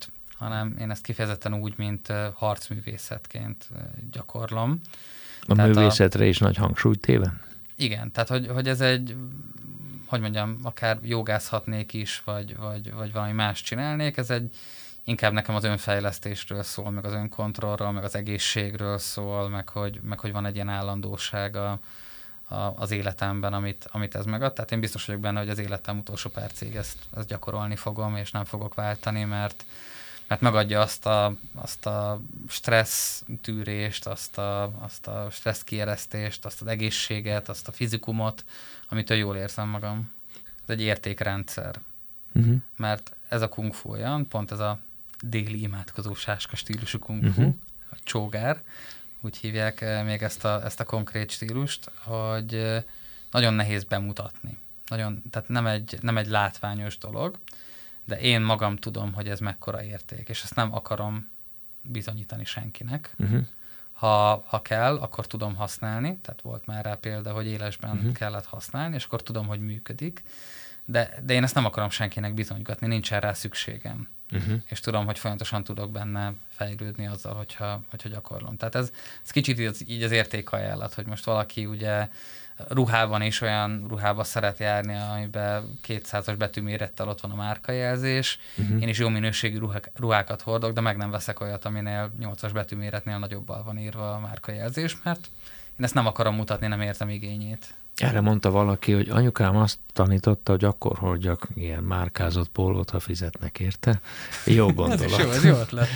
[SPEAKER 2] hanem én ezt kifejezetten úgy, mint harcművészetként gyakorlom.
[SPEAKER 1] A művészetre is nagy hangsúlyt téve?
[SPEAKER 2] Igen, tehát hogy ez egy, hogy mondjam, akár jogázhatnék is, vagy valami más csinálnék, ez egy inkább nekem az önfejlesztésről szól, meg az önkontrollról, meg az egészségről szól, meg hogy van egy ilyen állandóság az életemben, amit ez megad. Tehát én biztos vagyok benne, hogy az életem utolsó percig ezt gyakorolni fogom, és nem fogok váltani, mert megadja azt a stressz tűrést, azt a stressz kieresztést, azt az egészséget, azt a fizikumot, amitől jól érzem magam. Ez egy értékrendszer. Mert ez a kung fu olyan, pont ez a déli imádkozó sáska stílusú kung fu, a csógár, úgy hívják még ezt a konkrét stílust, hogy nagyon nehéz bemutatni. Tehát nem egy látványos dolog, de én magam tudom, hogy ez mekkora érték, és ezt nem akarom bizonyítani senkinek. Ha kell, akkor tudom használni, tehát volt már rá példa, hogy élesben kellett használni, és akkor tudom, hogy működik, de én ezt nem akarom senkinek bizonygatni, nincsen rá szükségem. És tudom, hogy folyamatosan tudok benne fejlődni azzal, hogyha gyakorlom. Tehát ez kicsit így az értékajánlat, hogy most valaki ugye ruhában is olyan ruhába szeret járni, amiben 200-as betűmérettel ott van a márkajelzés. Én is jó minőségű ruhákat hordok, de meg nem veszek olyat, aminél 8-as betűméretnél nagyobbal van írva a márkajelzés, mert én ezt nem akarom mutatni, nem értem igényét.
[SPEAKER 1] Erre mondta valaki, hogy anyukám azt tanította, hogy akkor hordjak ilyen márkázott pólót, ha fizetnek érte. Jó gondolat.
[SPEAKER 2] Ez jó ötlet.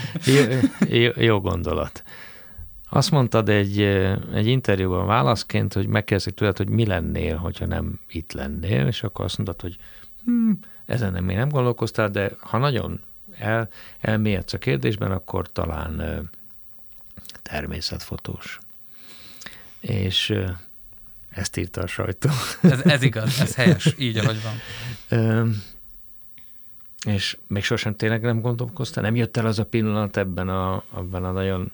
[SPEAKER 1] Jó gondolat. Azt mondtad egy interjúban válaszként, hogy megkérdezik tőled, hogy mi lennél, hogyha nem itt lennél, és akkor azt mondtad, hogy ezen még nem gondolkoztál, de ha nagyon elmélyedsz a kérdésben, akkor talán természetfotós. És ezt írta a sajtó.
[SPEAKER 2] Ez igaz, ez helyes, így ahogy van.
[SPEAKER 1] És még sosem tényleg nem gondolkoztál? Nem jött el az a pillanat ebben a nagyon,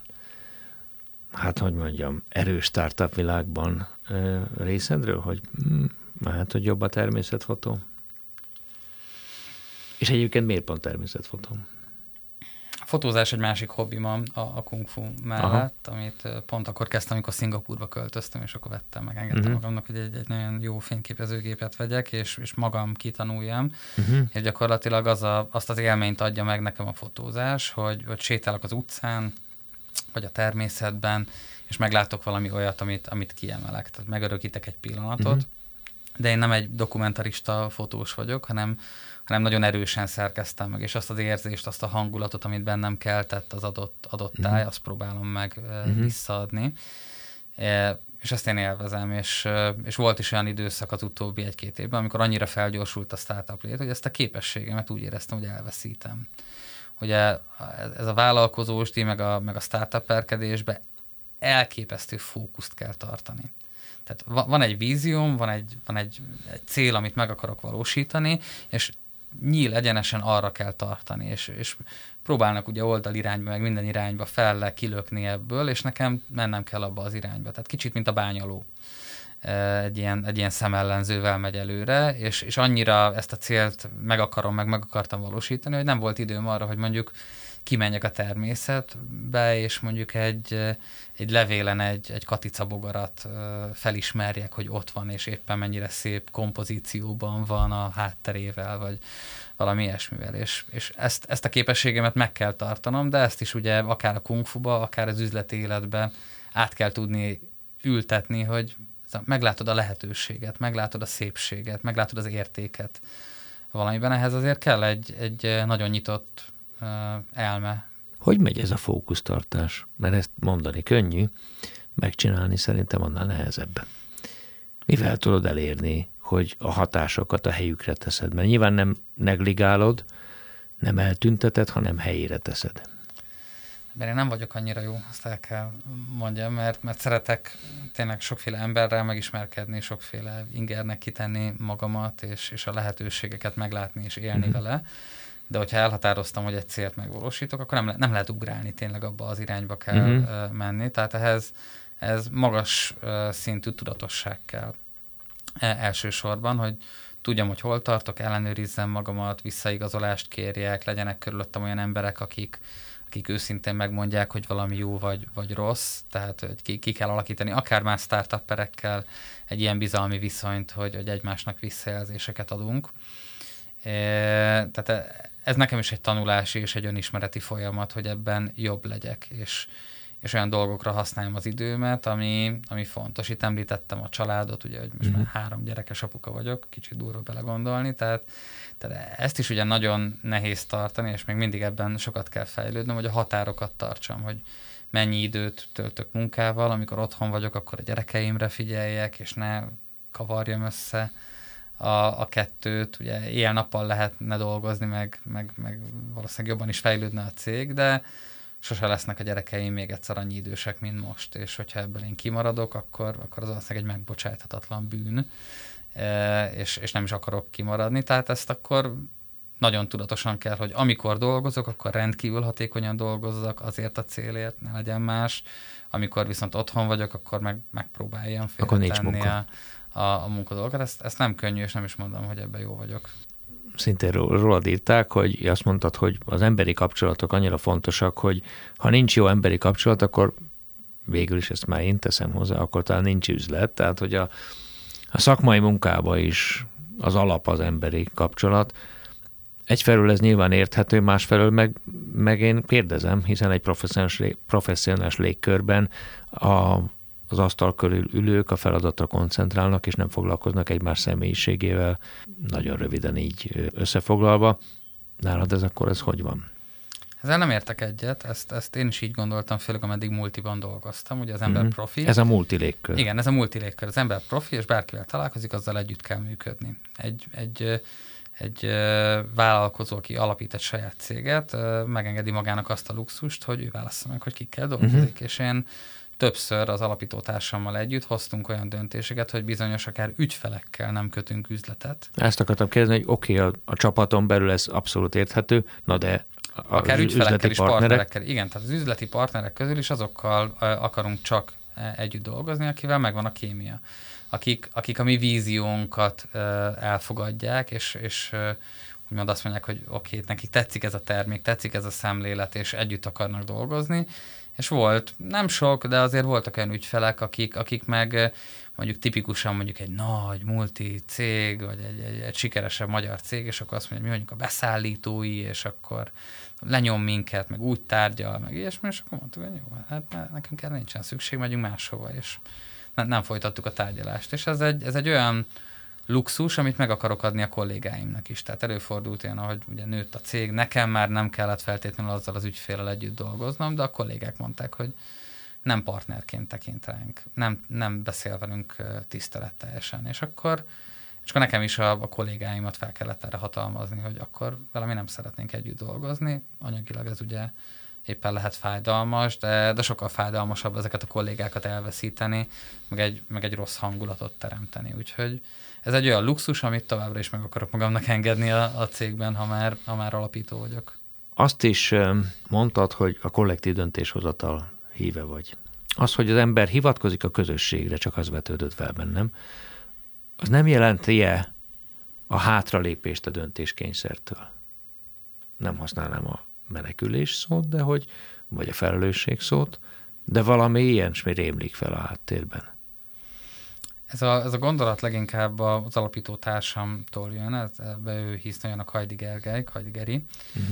[SPEAKER 1] hát hogy mondjam, erős startup világban részedről, hogy hogy jobb a természetfotó? És egyébként miért pont természetfotó?
[SPEAKER 2] A fotózás egy másik hobbim a kung fu mellett, amit pont akkor kezdtem, amikor Szingapúrba költöztem, és akkor engedtem magamnak, hogy egy nagyon jó fényképezőgépet vegyek, és magam kitanuljam, és gyakorlatilag azt az élményt adja meg nekem a fotózás, hogy sétálok az utcán, vagy a természetben, és meglátok valami olyat, amit kiemelek. Tehát megörökítek egy pillanatot, de én nem egy dokumentarista fotós vagyok, hanem nagyon erősen szerkeztem meg, és azt az érzést, azt a hangulatot, amit bennem keltett az adott táj, azt próbálom meg visszaadni. És ezt én élvezem, és volt is olyan időszak az utóbbi 1-2 évben, amikor annyira felgyorsult a startup lét, hogy ezt a képességemet úgy éreztem, hogy elveszítem. Ugye ez a vállalkozósdi, meg a startuperkedésbe elképesztő fókuszt kell tartani. Tehát van egy vízióm, van egy cél, amit meg akarok valósítani, és nyíl egyenesen arra kell tartani, és próbálnak ugye oldalirányba, meg minden irányba felle kilökni ebből, és nekem mennem kell abba az irányba. Tehát kicsit, mint a bányaló. Egy ilyen szemellenzővel megy előre, és annyira ezt a célt meg akartam valósítani, hogy nem volt időm arra, hogy mondjuk kimenjek a természetbe, és mondjuk egy levélen egy katicabogarat felismerjek, hogy ott van, és éppen mennyire szép kompozícióban van a hátterével, vagy valami ilyesmivel. És ezt a képességemet meg kell tartanom, de ezt is ugye akár a kung fuba, akár az üzleti életbe át kell tudni ültetni, hogy meglátod a lehetőséget, meglátod a szépséget, meglátod az értéket valamiben. Ehhez azért kell egy nagyon nyitott elme.
[SPEAKER 1] Hogy megy ez a fókusztartás? Mert ezt mondani könnyű, megcsinálni szerintem annál nehezebb. Mivel tudod elérni, hogy a hatásokat a helyükre teszed? Mert nyilván nem negligálod, nem eltünteted, hanem helyére teszed.
[SPEAKER 2] Mert én nem vagyok annyira jó, azt el kell mondjam, mert szeretek tényleg sokféle emberrel megismerkedni, sokféle ingernek kitenni magamat, és a lehetőségeket meglátni és élni vele. De hogyha elhatároztam, hogy egy célt megvalósítok, akkor nem lehet ugrálni, tényleg abba az irányba kell menni. Tehát ez magas szintű tudatosság kell elsősorban, hogy tudjam, hogy hol tartok, ellenőrizzem magamat, visszaigazolást kérjek, legyenek körülöttem olyan emberek, akik őszintén megmondják, hogy valami jó vagy rossz, tehát hogy ki kell alakítani, akár más startupperekkel egy ilyen bizalmi viszonyt, hogy egymásnak visszajelzéseket adunk. Tehát ez nekem is egy tanulási és egy önismereti folyamat, hogy ebben jobb legyek, és olyan dolgokra használjam az időmet, ami fontos. Itt említettem a családot, ugye, hogy most már 3 gyerekes apuka vagyok, kicsit durva belegondolni, tehát ezt is ugye nagyon nehéz tartani, és még mindig ebben sokat kell fejlődnöm, hogy a határokat tartsam, hogy mennyi időt töltök munkával, amikor otthon vagyok, akkor a gyerekeimre figyeljek, és ne kavarjam össze a kettőt. Ugye éjjel-nappal lehetne dolgozni, meg valószínűleg jobban is fejlődne a cég, de sose lesznek a gyerekeim még egyszer annyi idősek, mint most, és hogyha ebből én kimaradok, akkor az valószínűleg egy megbocsáthatatlan bűn, és nem is akarok kimaradni, tehát ezt akkor nagyon tudatosan kell, hogy amikor dolgozok, akkor rendkívül hatékonyan dolgozzak azért a célért, ne legyen más, amikor viszont otthon vagyok, akkor megpróbáljam félretenni a munkadolgokat. Ezt nem könnyű, és nem is mondom, hogy ebben jó vagyok.
[SPEAKER 1] Szintén rólad írták, hogy azt mondtad, hogy az emberi kapcsolatok annyira fontosak, hogy ha nincs jó emberi kapcsolat, akkor végül is ezt már én teszem hozzá, akkor talán nincs üzlet. Tehát, hogy a szakmai munkában is az alap az emberi kapcsolat. Egyfelől ez nyilván érthető, másfelől meg én kérdezem, hiszen egy professzionális légkörben az asztal körül ülők a feladatra koncentrálnak, és nem foglalkoznak egymás személyiségével, nagyon röviden így összefoglalva. Nálad ez hogy van?
[SPEAKER 2] Ezzel nem értek egyet, ezt én is így gondoltam, főleg ameddig multiban dolgoztam, ugye az ember profi.
[SPEAKER 1] Ez a multi légkör.
[SPEAKER 2] Igen, ez a multi légkör. Az ember profi, és bárkivel találkozik, azzal együtt kell működni. Egy vállalkozó, aki alapít egy saját céget, megengedi magának azt a luxust, hogy ő válassza meg, hogy kikkel dolgozik, és én többször az alapítótársammal együtt hoztunk olyan döntéseket, hogy bizonyos akár ügyfelekkel nem kötünk üzletet.
[SPEAKER 1] Ezt akartam kérdezni, hogy oké, a csapaton belül ez abszolút érthető, na de
[SPEAKER 2] akár ügyfelekkel is, partnerekkel. Igen, tehát az üzleti partnerek közül is azokkal akarunk csak együtt dolgozni, akivel megvan a kémia. Akik a mi víziónkat elfogadják, és úgymond azt mondják, hogy oké, nekik tetszik ez a termék, tetszik ez a szemlélet, és együtt akarnak dolgozni. És volt, nem sok, de azért voltak olyan ügyfelek, akik meg mondjuk tipikusan mondjuk egy nagy multi cég, vagy egy sikeresebb magyar cég, és akkor azt mondja, mi vagyunk a beszállítói, és akkor lenyom minket, meg úgy tárgyal, meg ilyesmi, és akkor mondtuk, hogy jó, hát nekünk erre nincsen szükség, megyünk máshova, és nem folytattuk a tárgyalást. És ez egy olyan luxus, amit meg akarok adni a kollégáimnak is. Tehát előfordult olyan, ahogy ugye nőtt a cég, nekem már nem kellett feltétlenül azzal az ügyféllel együtt dolgoznom, de a kollégák mondták, hogy nem partnerként tekint ránk, nem beszél velünk tiszteletteljesen. És akkor nekem is a kollégáimat fel kellett erre hatalmazni, hogy akkor velem nem szeretnénk együtt dolgozni. Anyagilag ez ugye éppen lehet fájdalmas, de sokkal fájdalmasabb ezeket a kollégákat elveszíteni, meg egy rossz hangulatot teremteni. Úgyhogy ez egy olyan luxus, amit továbbra is meg akarok magamnak engedni a cégben, ha már alapító vagyok.
[SPEAKER 1] Azt is mondtad, hogy a kollektív döntéshozatal híve vagy. Az, hogy az ember hivatkozik a közösségre, csak az vetődött fel bennem, az nem jelenti-e a hátralépést a döntéskényszertől? Nem használnám a menekülés szót, vagy a felelősség szót, de valami ilyesmi rémlik fel a háttérben.
[SPEAKER 2] Ez a gondolat leginkább az alapító társamtól jön, ebbe ő hisz nagyon a Kajdi Geri,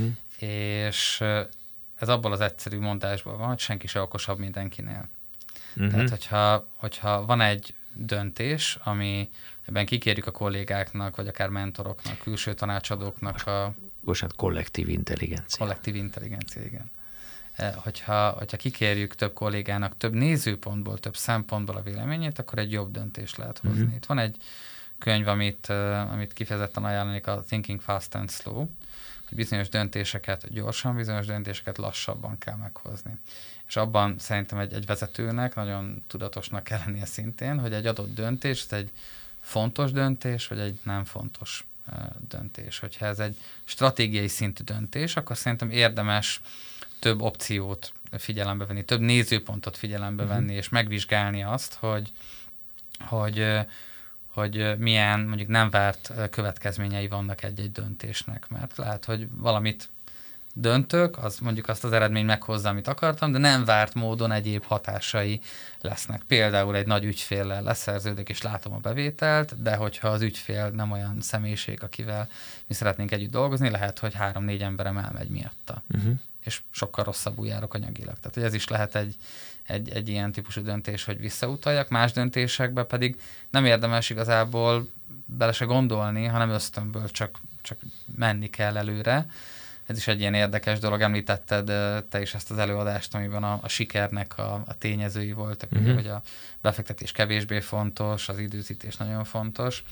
[SPEAKER 2] és ez abból az egyszerű mondásból van, hogy senki se okosabb mindenkinél. Tehát, hogyha van egy döntés, ebben kikérjük a kollégáknak, vagy akár mentoroknak, külső tanácsadóknak
[SPEAKER 1] kollektív intelligencia.
[SPEAKER 2] Kollektív intelligencia, igen. Hogyha kikérjük több kollégának több nézőpontból, több szempontból a véleményét, akkor egy jobb döntést lehet hozni. Itt van egy könyv, amit kifejezetten ajánlanék, a Thinking Fast and Slow, hogy bizonyos döntéseket gyorsan, bizonyos döntéseket lassabban kell meghozni. És abban szerintem egy vezetőnek nagyon tudatosnak kell lennie szintén, hogy egy adott döntés, ez egy fontos döntés, vagy egy nem fontos döntés. Hogyha ez egy stratégiai szintű döntés, akkor szerintem érdemes több opciót figyelembe venni, több nézőpontot figyelembe venni, és megvizsgálni azt, hogy hogy milyen mondjuk nem várt következményei vannak egy-egy döntésnek, mert lehet, hogy valamit döntök, az mondjuk azt az eredményt meghozza, amit akartam, de nem várt módon egyéb hatásai lesznek. Például egy nagy ügyféllel leszerződök, és látom a bevételt, de hogyha az ügyfél nem olyan személyiség, akivel mi szeretnénk együtt dolgozni, lehet, hogy 3-4 emberem elmegy miatta. És sokkal rosszabbul járok anyagilag. Tehát hogy ez is lehet egy ilyen típusú döntés, hogy visszautaljak, más döntésekbe pedig nem érdemes igazából bele se gondolni, hanem ösztönből csak menni kell előre. Ez is egy ilyen érdekes dolog, említetted te is ezt az előadást, amiben a sikernek a tényezői voltak, ugye, hogy a befektetés kevésbé fontos, az időzítés nagyon fontos.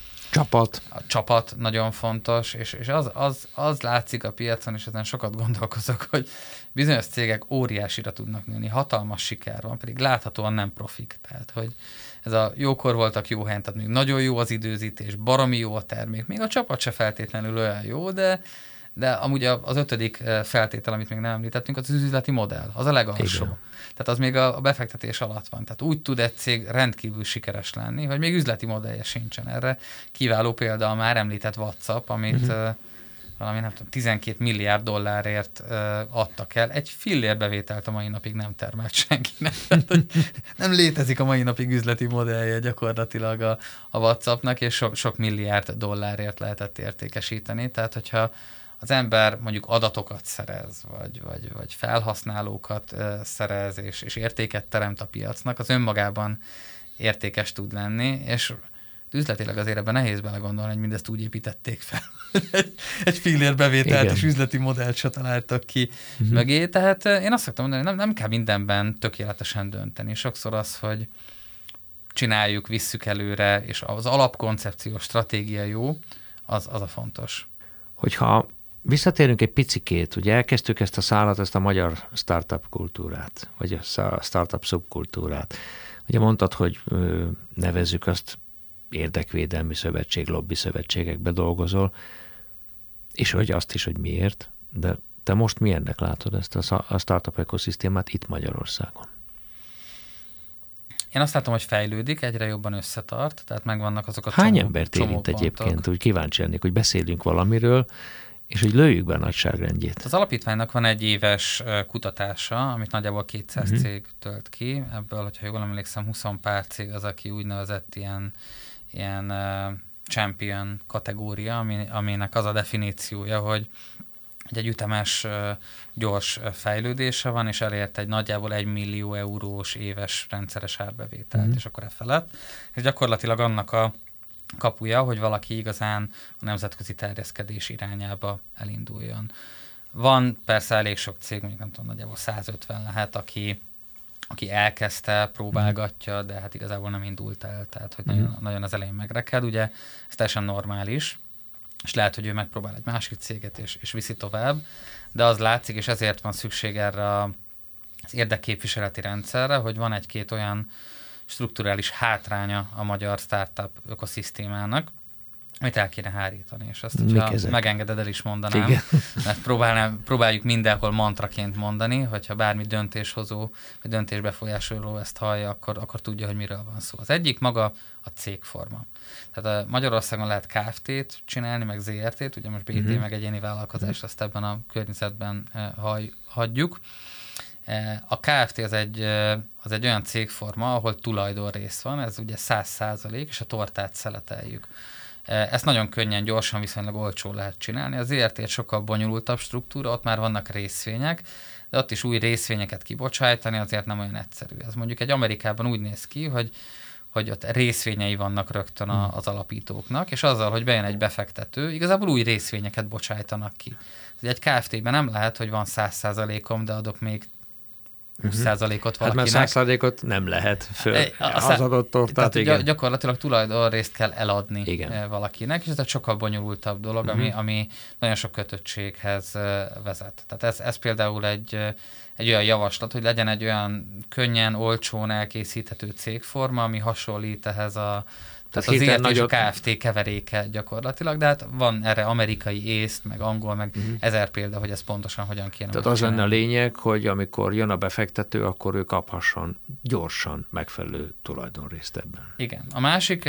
[SPEAKER 1] A
[SPEAKER 2] csapat nagyon fontos, és az látszik a piacon, és ezen sokat gondolkozok, hogy bizonyos cégek óriásira tudnak nőni, hatalmas siker van, pedig láthatóan nem profik. Tehát, hogy ez a jókor voltak jó helyen, tehát még nagyon jó az időzítés, baromi jó a termék, még a csapat se feltétlenül olyan jó, de amúgy az 5. feltétel, amit még nem említettünk, az üzleti modell, az a legalsó.
[SPEAKER 1] Igen.
[SPEAKER 2] Tehát az még a befektetés alatt van. Tehát úgy tud egy cég rendkívül sikeres lenni, hogy még üzleti modellje sincsen erre. Kiváló példa a már említett WhatsApp, amit valami nem tudom, 12 milliárd dollárért adtak el. Egy fillér bevételt a mai napig nem termelt senkinek. Tehát, nem létezik a mai napig üzleti modellje gyakorlatilag a WhatsAppnak, és sok milliárd dollárért lehetett értékesíteni. Tehát, hogyha az ember mondjuk adatokat szerez, vagy felhasználókat szerez, és értéket teremt a piacnak, az önmagában értékes tud lenni, és üzletileg azért ebben nehéz belegondolni, hogy mindezt úgy építették fel. egy fillér bevételt és üzleti modellt se találtak ki mögé. Tehát én azt szoktam mondani, nem kell mindenben tökéletesen dönteni. Sokszor az, hogy csináljuk, visszük előre, és az alapkoncepció, stratégia jó, az a fontos.
[SPEAKER 1] Hogyha visszatérünk egy picikét, ugye elkezdtük ezt a szállat, ezt a magyar startup kultúrát, vagy a startup szubkultúrát. Ugye mondtad, hogy nevezzük azt érdekvédelmi szövetség, lobby szövetségekbe dolgozol, és hogy azt is, hogy miért, de te most milyennek látod ezt a startup ökoszisztémát itt Magyarországon?
[SPEAKER 2] Én azt látom, hogy fejlődik, egyre jobban összetart, tehát megvannak azok a
[SPEAKER 1] Hány embert érint egyébként? Úgy kíváncsi lennék, hogy beszélünk valamiről, és hogy lőjük be a nagyságrendjét.
[SPEAKER 2] Az alapítványnak van egy éves kutatása, amit nagyjából 200 cég tölt ki. Ebből, hogyha jól emlékszem, 20 pár cég az, aki úgynevezett ilyen champion kategória, aminek az a definíciója, hogy egy ütemes, gyors fejlődése van, és elért egy nagyjából 1 millió eurós éves rendszeres árbevételt, és akkor felett. Ez gyakorlatilag annak a kapuja, hogy valaki igazán a nemzetközi terjeszkedés irányába elinduljon. Van persze elég sok cég, mondjuk nem tudom, nagyjából 150 lehet, aki elkezdte, próbálgatja, de hát igazából nem indult el, tehát hogy nagyon az elején megreked, ugye ez teljesen normális, és lehet, hogy ő megpróbál egy másik céget, és viszi tovább, de az látszik, és ezért van szükség erre az érdekképviseleti rendszerre, hogy van egy-két olyan strukturális hátránya a magyar startup ökoszisztémának, amit el kéne hárítani, és azt, hogyha megengeded, el is mondanám, igen. Mert próbáljuk mindenhol mantraként mondani, hogyha bármi döntéshozó, vagy döntésbefolyásoló ezt hallja, akkor tudja, hogy miről van szó. Az egyik maga a cégforma. Tehát Magyarországon lehet Kft-t csinálni, meg ZRT-t, ugye most BT meg egyéni vállalkozást, azt ebben a környezetben hagyjuk. A Kft. Az egy olyan cégforma, ahol tulajdonrész van, ez ugye 100%, és a tortát szeleteljük. Ezt nagyon könnyen, gyorsan, viszonylag olcsó lehet csinálni. Az ZRT egy sokkal bonyolultabb struktúra, ott már vannak részvények, de ott is új részvényeket kibocsájtani azért nem olyan egyszerű. Ez mondjuk egy Amerikában úgy néz ki, hogy ott részvényei vannak rögtön az alapítóknak, és azzal, hogy bejön egy befektető, igazából új részvényeket bocsájtanak ki. Egy Kft-ben nem lehet, hogy van 100%-om, de adok még 20%-ot valakinek.
[SPEAKER 1] Hát már 100%-ot nem lehet föl az adott tortát.
[SPEAKER 2] Tehát gyakorlatilag tulajdonrészt kell eladni valakinek, és ez egy sokkal bonyolultabb dolog, ami nagyon sok kötöttséghez vezet. Tehát ez például egy olyan javaslat, hogy legyen egy olyan könnyen, olcsón elkészíthető cégforma, ami hasonlít ehhez a Tehát az ZRT és a KFT keveréke gyakorlatilag, de hát van erre amerikai észt, meg angol, meg 1000 példa, hogy ez pontosan hogyan kéne.
[SPEAKER 1] Tehát az lenne a lényeg, hogy amikor jön a befektető, akkor ő kaphasson gyorsan megfelelő tulajdonrészt ebben.
[SPEAKER 2] Igen. A másik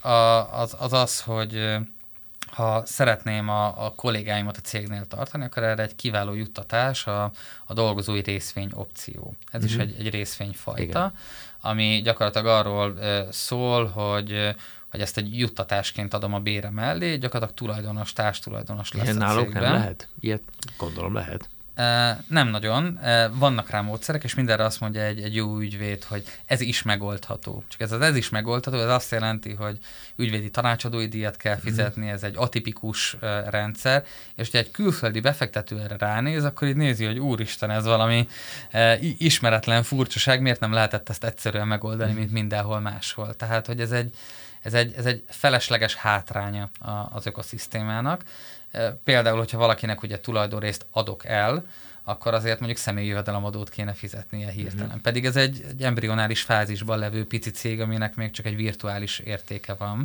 [SPEAKER 2] az, hogy ha szeretném a kollégáimat a cégnél tartani, akkor erre egy kiváló juttatás a dolgozói részvény opció. Ez is egy részvényfajta, igen, ami gyakorlatilag arról szól, hogy ezt egy juttatásként adom a bére mellé, gyakorlatilag társtulajdonos lesz
[SPEAKER 1] ilyen
[SPEAKER 2] a
[SPEAKER 1] náluk
[SPEAKER 2] cégben.
[SPEAKER 1] Nem lehet? Ilyet gondolom lehet.
[SPEAKER 2] Nem nagyon. Vannak rá módszerek, és mindenre azt mondja egy jó ügyvéd, hogy ez is megoldható. Csak ez is megoldható, ez azt jelenti, hogy ügyvédi tanácsadói díjat kell fizetni, ez egy atipikus rendszer, és hogyha egy külföldi befektető erre ránéz, akkor így nézi, hogy úristen, ez valami ismeretlen furcsaság, miért nem lehetett ezt egyszerűen megoldani, mint mindenhol máshol. Tehát, hogy ez egy felesleges hátránya az ökoszisztémának. Például, hogyha valakinek ugye tulajdonrészt adok el, akkor azért mondjuk személyi jövedelemadót kéne fizetnie hirtelen. Pedig ez egy embrionális fázisban levő pici cég, aminek még csak egy virtuális értéke van.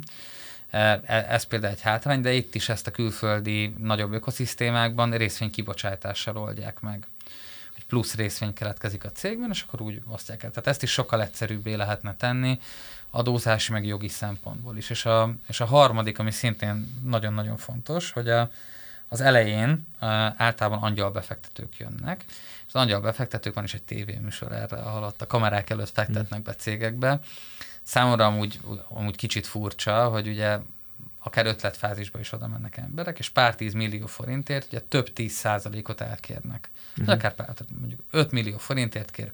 [SPEAKER 2] Ez például egy hátrány, de itt is ezt a külföldi nagyobb ökoszisztémákban részvénykibocsátással oldják meg. Egy plusz részvény keletkezik a cégben, és akkor úgy osztják el. Tehát ezt is sokkal egyszerűbbé lehetne tenni, adózási meg jogi szempontból is. És a harmadik, ami szintén nagyon-nagyon fontos, hogy az elején általában angyalbefektetők jönnek. És az angyalbefektetők, van is egy tévéműsor erre, ahol ott a kamerák előtt fektetnek be cégekbe. Számomra amúgy kicsit furcsa, hogy ugye akár ötletfázisba is oda mennek emberek, és pár 10 millió forintért ugye több 10%-ot elkérnek. Akár mondjuk 5 millió forintért kér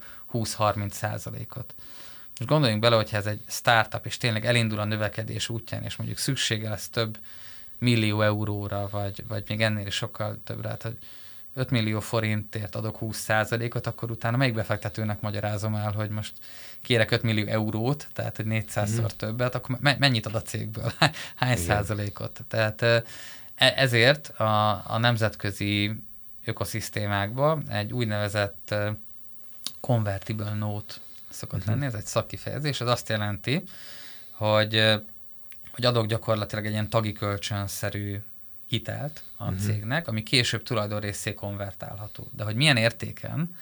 [SPEAKER 2] 20-30%-ot. Most gondoljunk bele, hogyha ez egy startup, és tényleg elindul a növekedés útján, és mondjuk szüksége lesz több millió euróra, vagy még ennél is sokkal többre, hát, hogy 5 millió forintért adok 20%-ot, akkor utána melyik befektetőnek magyarázom el, hogy most kérek 5 millió eurót, tehát hogy 400-szor többet, akkor mennyit ad a cégből? Hány százalékot? Tehát ezért a nemzetközi ökoszisztémákban egy úgynevezett convertible note szokott lenni, ez egy szakkifejezés, ez azt jelenti, hogy adok gyakorlatilag egy ilyen tagi kölcsönszerű hitelt a cégnek, ami később tulajdonrészé konvertálható. De hogy milyen értéken,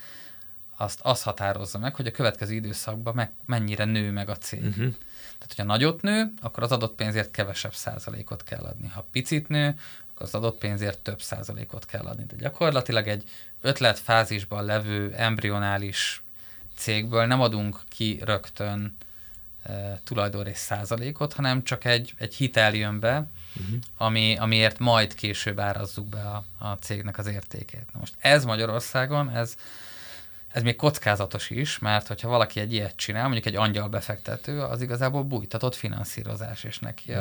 [SPEAKER 2] azt határozza meg, hogy a következő időszakban mennyire nő meg a cég. Tehát, hogyha nagyot nő, akkor az adott pénzért kevesebb százalékot kell adni. Ha picit nő, akkor az adott pénzért több százalékot kell adni. De gyakorlatilag egy ötletfázisban levő embrionális cégből nem adunk ki rögtön tulajdonrész százalékot, hanem csak egy hitel jön be, amiért majd később árazzuk be a cégnek az értékét. Na most ez Magyarországon, ez még kockázatos is, mert hogyha valaki egy ilyet csinál, mondjuk egy angyalbefektető, az igazából bújtatott finanszírozás, és neki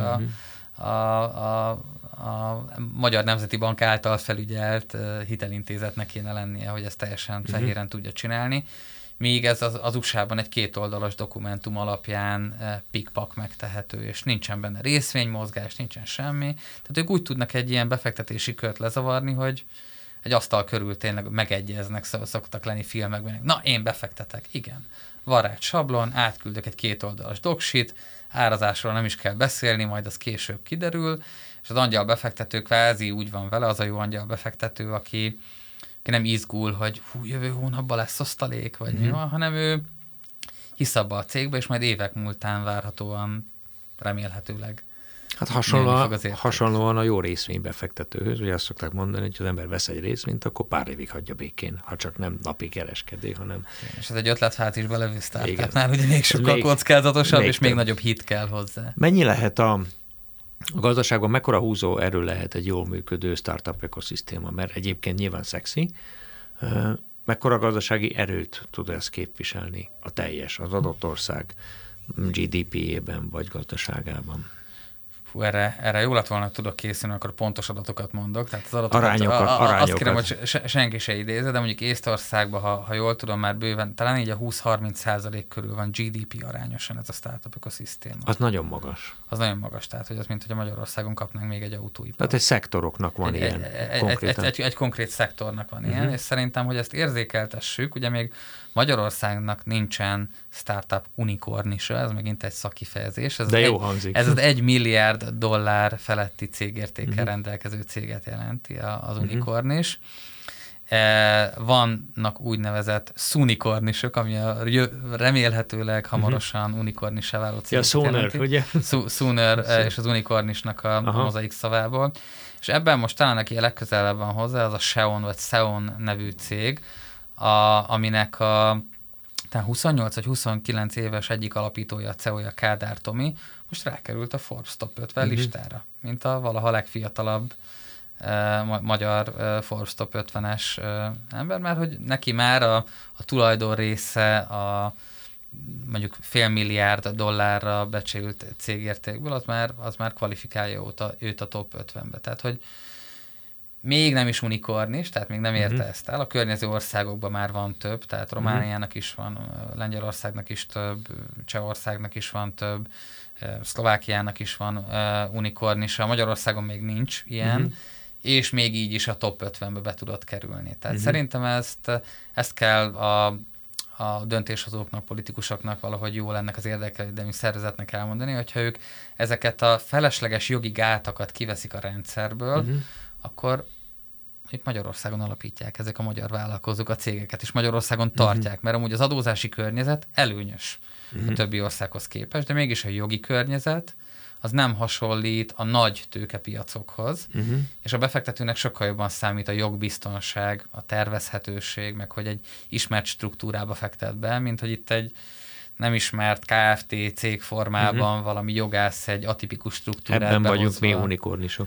[SPEAKER 2] a Magyar Nemzeti Bank által felügyelt hitelintézetnek kéne lennie, hogy ezt teljesen fehéren tudja csinálni. Míg ez az USA-ban egy 2 oldalas dokumentum alapján pikpak megtehető, és nincsen benne részvénymozgás, nincsen semmi. Tehát ők úgy tudnak egy ilyen befektetési kört lezavarni, hogy egy asztal körül tényleg megegyeznek, szoktak lenni filmekben. Na, én befektetek, igen. Van rá egy sablon, átküldök egy 2 oldalas doksit, árazásról nem is kell beszélni, majd az később kiderül, és az angyalbefektető kvázi úgy van vele, az a jó angyalbefektető, aki nem izgul, hogy jövő hónapban lesz osztalék, vagy mi van, hanem ő hisz abba a cégbe, és majd évek múltán várhatóan remélhetőleg
[SPEAKER 1] hát hasonlóan a jó részvénybefektetőhöz, ugye azt szokták mondani, hogy az ember vesz egy részvényt, akkor pár évig hagyja békén, ha csak nem napi kereskedő, hanem...
[SPEAKER 2] És ez egy ötletfázisban levő startupnál ugye még sokkal kockázatosabb, és még nagyobb hit kell hozzá.
[SPEAKER 1] Mennyi lehet a gazdaságban, mekkora húzó erő lehet egy jól működő startup ökoszisztéma, mert egyébként nyilván szexi, mekkora gazdasági erőt tud ez képviselni az adott ország GDP-ében vagy gazdaságában?
[SPEAKER 2] Erre jó lett volna, tudok készülni, akkor pontos adatokat mondok. Tehát az adatokat,
[SPEAKER 1] arányokat.
[SPEAKER 2] Azt kérem, hogy senki se idézze, de mondjuk Észtországban, ha jól tudom, már bőven, talán így a 20-30% körül van GDP arányosan ez a startup ökoszisztéma.
[SPEAKER 1] Az nagyon magas.
[SPEAKER 2] Az nagyon magas, tehát hogy az, mint hogy a Magyarországon kapnánk még egy autóipar.
[SPEAKER 1] Tehát egy szektoroknak van ilyen konkrétan.
[SPEAKER 2] Egy konkrét szektornak van ilyen, és szerintem, hogy ezt érzékeltessük, ugye még Magyarországnak nincsen startup unikornisa, ez megint egy szakkifejezés.
[SPEAKER 1] De jó hangzik.
[SPEAKER 2] Ez az $1 milliárd feletti cégértékkel rendelkező céget jelenti az unikornis. Vannak úgynevezett szunikornisok, ami remélhetőleg hamarosan unikornissá váló céget jelenti.
[SPEAKER 1] Ugye?
[SPEAKER 2] Sooner és az unikornisnak a mozaik szavából. És ebben most talán, aki legközelebb van hozzá, az a Xeon vagy Xeon nevű cég, aminek tehát 28 vagy 29 éves egyik alapítója, a CEO-ja, Kádár Tomi, most rákerült a Forbes Top 50 listára, mint a valaha legfiatalabb magyar Forbes Top 50-es ember, mert hogy neki már a tulajdon része mondjuk $500 milliárd becsült cégértékből, az már kvalifikálja őt a top 50-be. Tehát, hogy még nem is unikornis, tehát még nem érte ezt el. A környező országokban már van több, tehát Romániának is van, Lengyelországnak is több, Csehországnak is van több, Szlovákiának is van unikornisa, Magyarországon még nincs ilyen, és még így is a top 50-be be tudott kerülni. Tehát szerintem ezt kell a döntéshozóknak, politikusoknak valahogy jól ennek az érdekelődémi szervezetnek elmondani, hogyha ők ezeket a felesleges jogi gátakat kiveszik a rendszerből, akkor itt Magyarországon alapítják ezek a magyar vállalkozók a cégeket, és Magyarországon tartják, mert amúgy az adózási környezet előnyös a többi országhoz képest, de mégis a jogi környezet az nem hasonlít a nagy tőkepiacokhoz, és a befektetőnek sokkal jobban számít a jogbiztonság, a tervezhetőség, meg hogy egy ismert struktúrába fektet be, mint hogy itt egy nem ismert KFT cég formában valami jogász egy atipikus struktúrát
[SPEAKER 1] Ebben vagyunk mi unikornisok.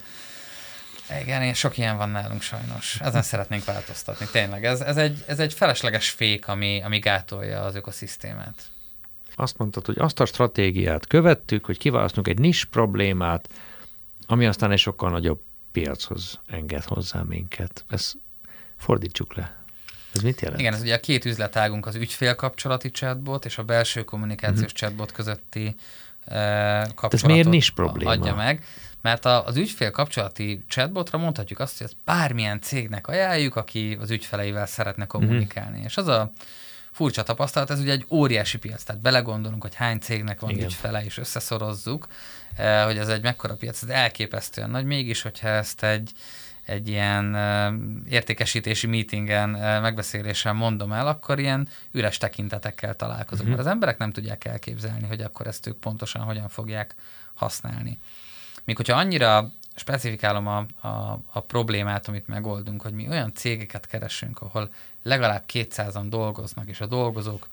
[SPEAKER 2] Igen, és sok ilyen van nálunk sajnos. Ezen szeretnénk változtatni. Tényleg, ez egy felesleges fék, ami gátolja az ökoszisztémát.
[SPEAKER 1] Azt mondtad, hogy azt a stratégiát követtük, hogy kiválasztunk egy nis problémát, ami aztán egy sokkal nagyobb piachoz enged hozzá minket. Ezt fordítsuk le. Ez mit jelent?
[SPEAKER 2] Igen, ez ugye a két üzletágunk, az ügyfélkapcsolati chatbot és a belső kommunikációs chatbot közötti kapcsolatot
[SPEAKER 1] ez miért nis probléma?
[SPEAKER 2] Adja meg. Mert az ügyfélkapcsolati chatbotra mondhatjuk azt, hogy ezt bármilyen cégnek ajánljuk, aki az ügyfeleivel szeretne kommunikálni. És az a furcsa tapasztalat, ez ugye egy óriási piac, tehát belegondolunk, hogy hány cégnek van ügyfele, és összeszorozzuk, hogy ez egy mekkora piac, ez elképesztően nagy, mégis, hogyha ezt egy ilyen értékesítési meetingen, megbeszélésen mondom el, akkor ilyen üres tekintetekkel találkozunk. Mert az emberek nem tudják elképzelni, hogy akkor ezt ők pontosan hogyan fogják használni. Míg hogyha annyira specifikálom a problémát, amit megoldunk, hogy mi olyan cégeket keresünk, ahol legalább 200-an dolgoznak, és a dolgozók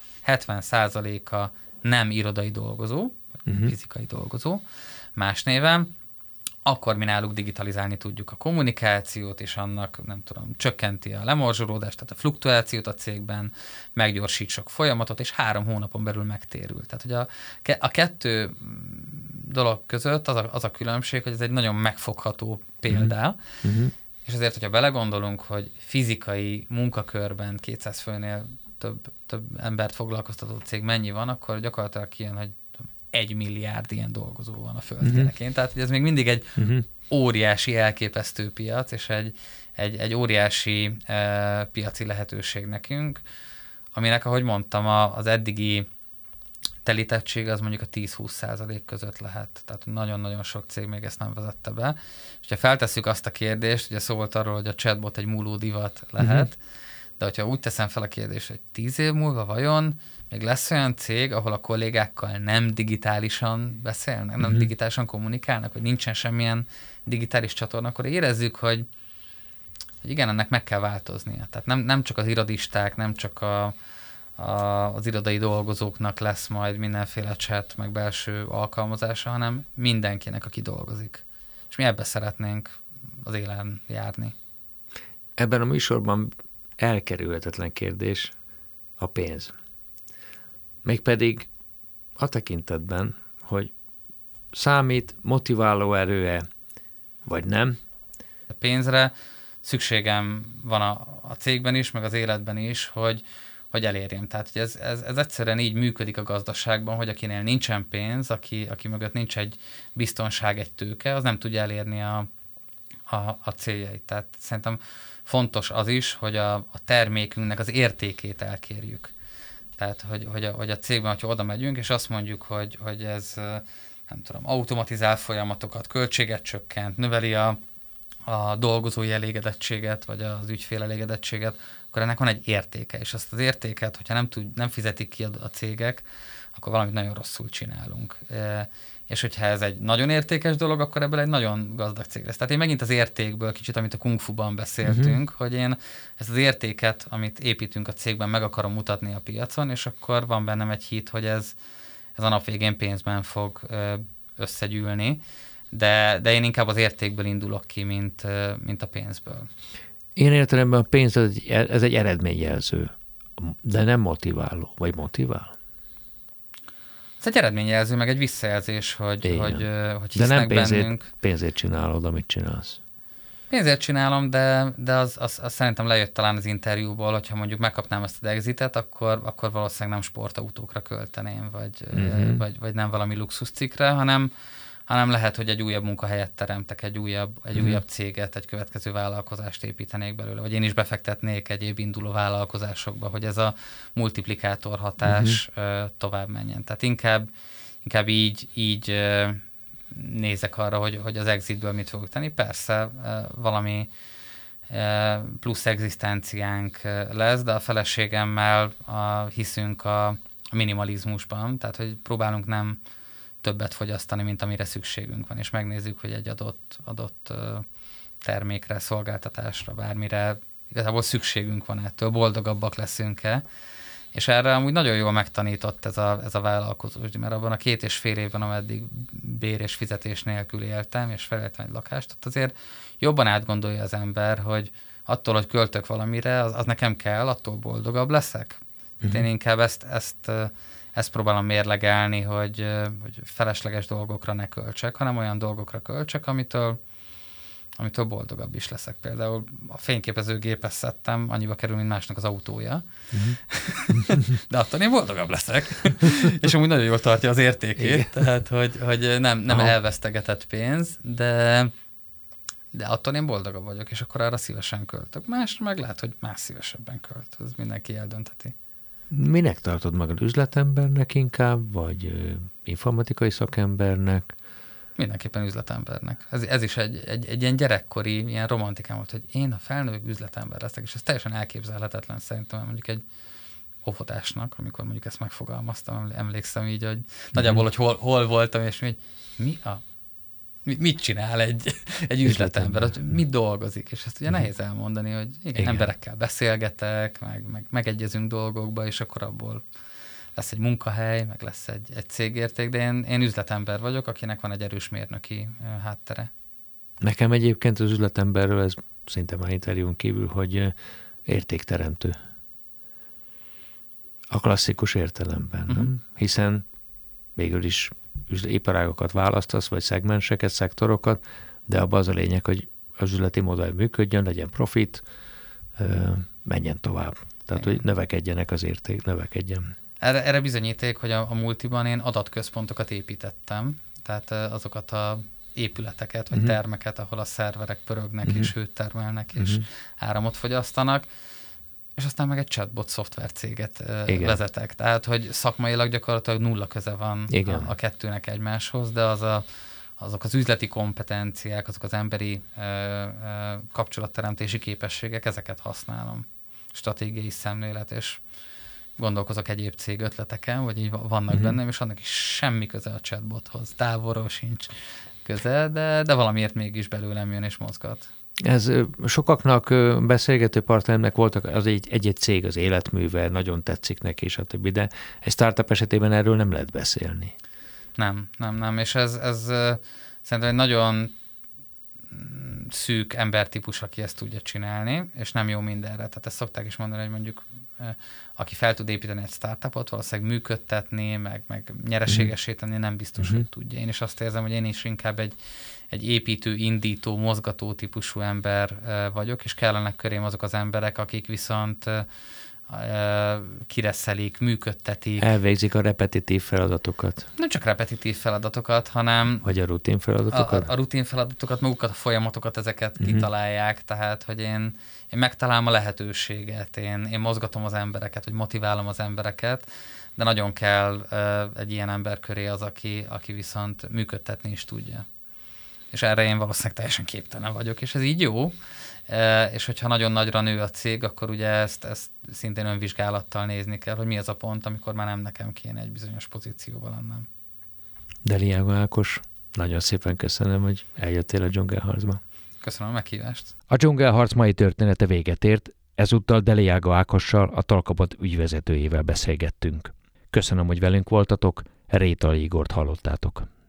[SPEAKER 2] 70%-a nem irodai dolgozó, fizikai dolgozó, más néven, akkor mi náluk digitalizálni tudjuk a kommunikációt, és annak, nem tudom, csökkenti a lemorzsolódást, tehát a fluktuációt a cégben, meggyorsít sok folyamatot, és 3 hónapon belül megtérül. Tehát, hogy a kettő dolog között az a különbség, hogy ez egy nagyon megfogható példa, és azért, hogyha belegondolunk, hogy fizikai munkakörben 200 főnél több embert foglalkoztató cég mennyi van, akkor gyakorlatilag kijön, hogy 1 milliárd ilyen dolgozó van a földkerekén. Tehát hogy ez még mindig egy óriási, elképesztő piac, és egy óriási piaci lehetőség nekünk, aminek, ahogy mondtam, az eddigi telítettség az mondjuk a 10-20% között lehet. Tehát nagyon-nagyon sok cég még ezt nem vezette be. És ha feltesszük azt a kérdést, ugye szó volt arról, hogy a chatbot egy múló divat lehet, de hogyha úgy teszem fel a kérdést, hogy 10 év múlva vajon még lesz olyan cég, ahol a kollégákkal nem digitálisan beszélnek, nem digitálisan kommunikálnak, vagy nincsen semmilyen digitális csatorna, akkor érezzük, hogy igen, ennek meg kell változnia. Tehát nem csak az irodisták, nem csak az irodai dolgozóknak lesz majd mindenféle chat, meg belső alkalmazása, hanem mindenkinek, aki dolgozik. És mi ebbe szeretnénk az élen járni.
[SPEAKER 1] Ebben a műsorban elkerülhetetlen kérdés a pénz. Mégpedig a tekintetben, hogy számít, motiváló erőe, vagy nem?
[SPEAKER 2] A pénzre szükségem van a cégben is, meg az életben is, hogy elérjem. Tehát hogy ez egyszerűen így működik a gazdaságban, hogy akinél nincsen pénz, aki mögött nincs egy biztonság, egy tőke, az nem tudja elérni a céljait. Tehát szerintem fontos az is, hogy a termékünknek az értékét elkérjük. Tehát, hogy a cégben, hogyha oda megyünk, és azt mondjuk, hogy ez, nem tudom, automatizál folyamatokat, költséget csökkent, növeli a dolgozói elégedettséget, vagy az ügyfél elégedettséget, akkor ennek van egy értéke, és azt az értéket, hogyha nem fizetik ki a cégek, akkor valamit nagyon rosszul csinálunk. És hogyha ez egy nagyon értékes dolog, akkor ebből egy nagyon gazdag cég lesz. Tehát én megint az értékből, kicsit, amit a Kung Fu-ban beszéltünk, hogy én ezt az értéket, amit építünk a cégben, meg akarom mutatni a piacon, és akkor van bennem egy hit, hogy ez a nap végén pénzben fog összegyűlni, de én inkább az értékből indulok ki, mint a pénzből.
[SPEAKER 1] Én értelemben a pénz ez egy eredményjelző, de nem motiváló, vagy motivál?
[SPEAKER 2] Ez egy eredményjelző, meg egy visszajelzés, hogy hisznek
[SPEAKER 1] de nem
[SPEAKER 2] bennünk.
[SPEAKER 1] pénzért csinálod, amit csinálsz.
[SPEAKER 2] Pénzért csinálom, de az szerintem lejött talán az interjúból, hogyha mondjuk megkapnám ezt az exitet, akkor valószínűleg nem sportautókra költeném, vagy nem valami luxuscikkre, hanem lehet, hogy egy újabb munkahelyet teremtek, egy újabb céget, egy következő vállalkozást építenék belőle, vagy én is befektetnék egyéb induló vállalkozásokba, hogy ez a multiplikátor hatás tovább menjen. Tehát inkább így nézek arra, hogy az exitből mit fogok tenni. Persze valami plusz egzisztenciánk lesz, de a feleségemmel hiszünk a minimalizmusban, tehát hogy próbálunk nem többet fogyasztani, mint amire szükségünk van, és megnézzük, hogy egy adott termékre, szolgáltatásra, bármire igazából szükségünk van ettől, boldogabbak leszünk-e. És erre amúgy nagyon jól megtanított ez a vállalkozós, mert abban a 2,5 évben, ameddig bér és fizetés nélkül éltem, és feléltem egy lakást, ott azért jobban átgondolja az ember, hogy attól, hogy költök valamire, az nekem kell, attól boldogabb leszek. Én inkább ezt próbálom mérlegelni, hogy felesleges dolgokra ne költsek, hanem olyan dolgokra költsek, amitől boldogabb is leszek. Például a fényképezőgépet szedtem, annyiba kerül, mint másnak az autója. De attól én boldogabb leszek. És amúgy nagyon jól tartja az értékét, igen. Tehát hogy nem elvesztegetett pénz, de attól én boldogabb vagyok, és akkor arra szívesen költök. Más meg lehet, hogy más szívesebben költ. Ez mindenki eldöntheti.
[SPEAKER 1] Minek tartod magad, üzletembernek inkább, vagy informatikai szakembernek?
[SPEAKER 2] Mindenképpen üzletembernek. Ez is egy ilyen gyerekkori, ilyen romantikám volt, hogy én a felnövök üzletember leszek, és ez teljesen elképzelhetetlen szerintem, mondjuk egy óvodásnak, amikor mondjuk ezt megfogalmaztam, emlékszem így, hogy nagyjából, hogy hol voltam, és mit csinál egy üzletember, mit dolgozik, és ezt ugye nehéz elmondani, hogy igen, emberekkel beszélgetek, meg megegyezünk dolgokba, és akkor abból lesz egy munkahely, meg lesz egy cégérték, de én üzletember vagyok, akinek van egy erős mérnöki háttere.
[SPEAKER 1] Nekem egyébként az üzletemberről, ez szinte már interjún kívül, hogy értékteremtő. A klasszikus értelemben, nem? Hiszen végül is iparágokat választasz, vagy szegmenseket, szektorokat, de abban az a lényeg, hogy az üzleti modell működjön, legyen profit, menjen tovább. Tehát, hogy növekedjenek az érték, növekedjen.
[SPEAKER 2] Erre bizonyíték, hogy a multiban én adatközpontokat építettem, tehát azokat a épületeket, vagy termeket, ahol a szerverek pörögnek, és hőt termelnek, és áramot fogyasztanak, és aztán meg egy chatbot szoftvercéget vezetek. Tehát, hogy szakmailag gyakorlatilag nulla köze van a kettőnek egymáshoz, de azok az üzleti kompetenciák, azok az emberi kapcsolatteremtési képességek, ezeket használom. Stratégiai szemlélet, és gondolkozok egyéb cég ötleteken, vagy így vannak bennem, és annak is semmi köze a chatbothoz. Távolról sincs köze, de valamiért mégis belőlem jön és mozgat.
[SPEAKER 1] Ez sokaknak, beszélgető partnerimnek voltak az egy cég, az életműve, nagyon tetszik neki, stb. De egy startup esetében erről nem lehet beszélni.
[SPEAKER 2] Nem. És ez szerintem egy nagyon szűk embertípus, aki ezt tudja csinálni, és nem jó mindenre. Tehát ezt szokták is mondani, hogy mondjuk aki fel tud építeni egy startupot, valószínűleg működtetni, meg nyereségessé tenni, nem biztos, hogy tudja. Én is azt érzem, hogy én is inkább egy építő, indító, mozgató típusú ember vagyok, és kellenek körém azok az emberek, akik viszont kireszelik, működtetik.
[SPEAKER 1] Elvégzik a repetitív feladatokat.
[SPEAKER 2] Nem csak repetitív feladatokat, hanem...
[SPEAKER 1] Vagy a rutin feladatokat?
[SPEAKER 2] A rutin feladatokat, magukat, a folyamatokat, ezeket kitalálják, tehát, hogy én megtalálom a lehetőséget, én mozgatom az embereket, hogy motiválom az embereket, de nagyon kell egy ilyen ember köré az, aki viszont működtetni is tudja. És erre én valószínűleg teljesen képtelen vagyok, és ez így jó. És hogyha nagyon nagyra nő a cég, akkor ugye ezt szintén önvizsgálattal nézni kell, hogy mi az a pont, amikor már nem nekem kéne egy bizonyos pozícióban lennem.
[SPEAKER 1] Deliágo Ákos, nagyon szépen köszönöm, hogy eljöttél a Dzsungelharcba.
[SPEAKER 2] Köszönöm a meghívást.
[SPEAKER 1] A Dzsungelharc mai története véget ért, ezúttal Deliágo Ákossal, a Talkabot ügyvezetőjével beszélgettünk. Köszönöm, hogy velünk voltatok, Rétay Igort hallottátok.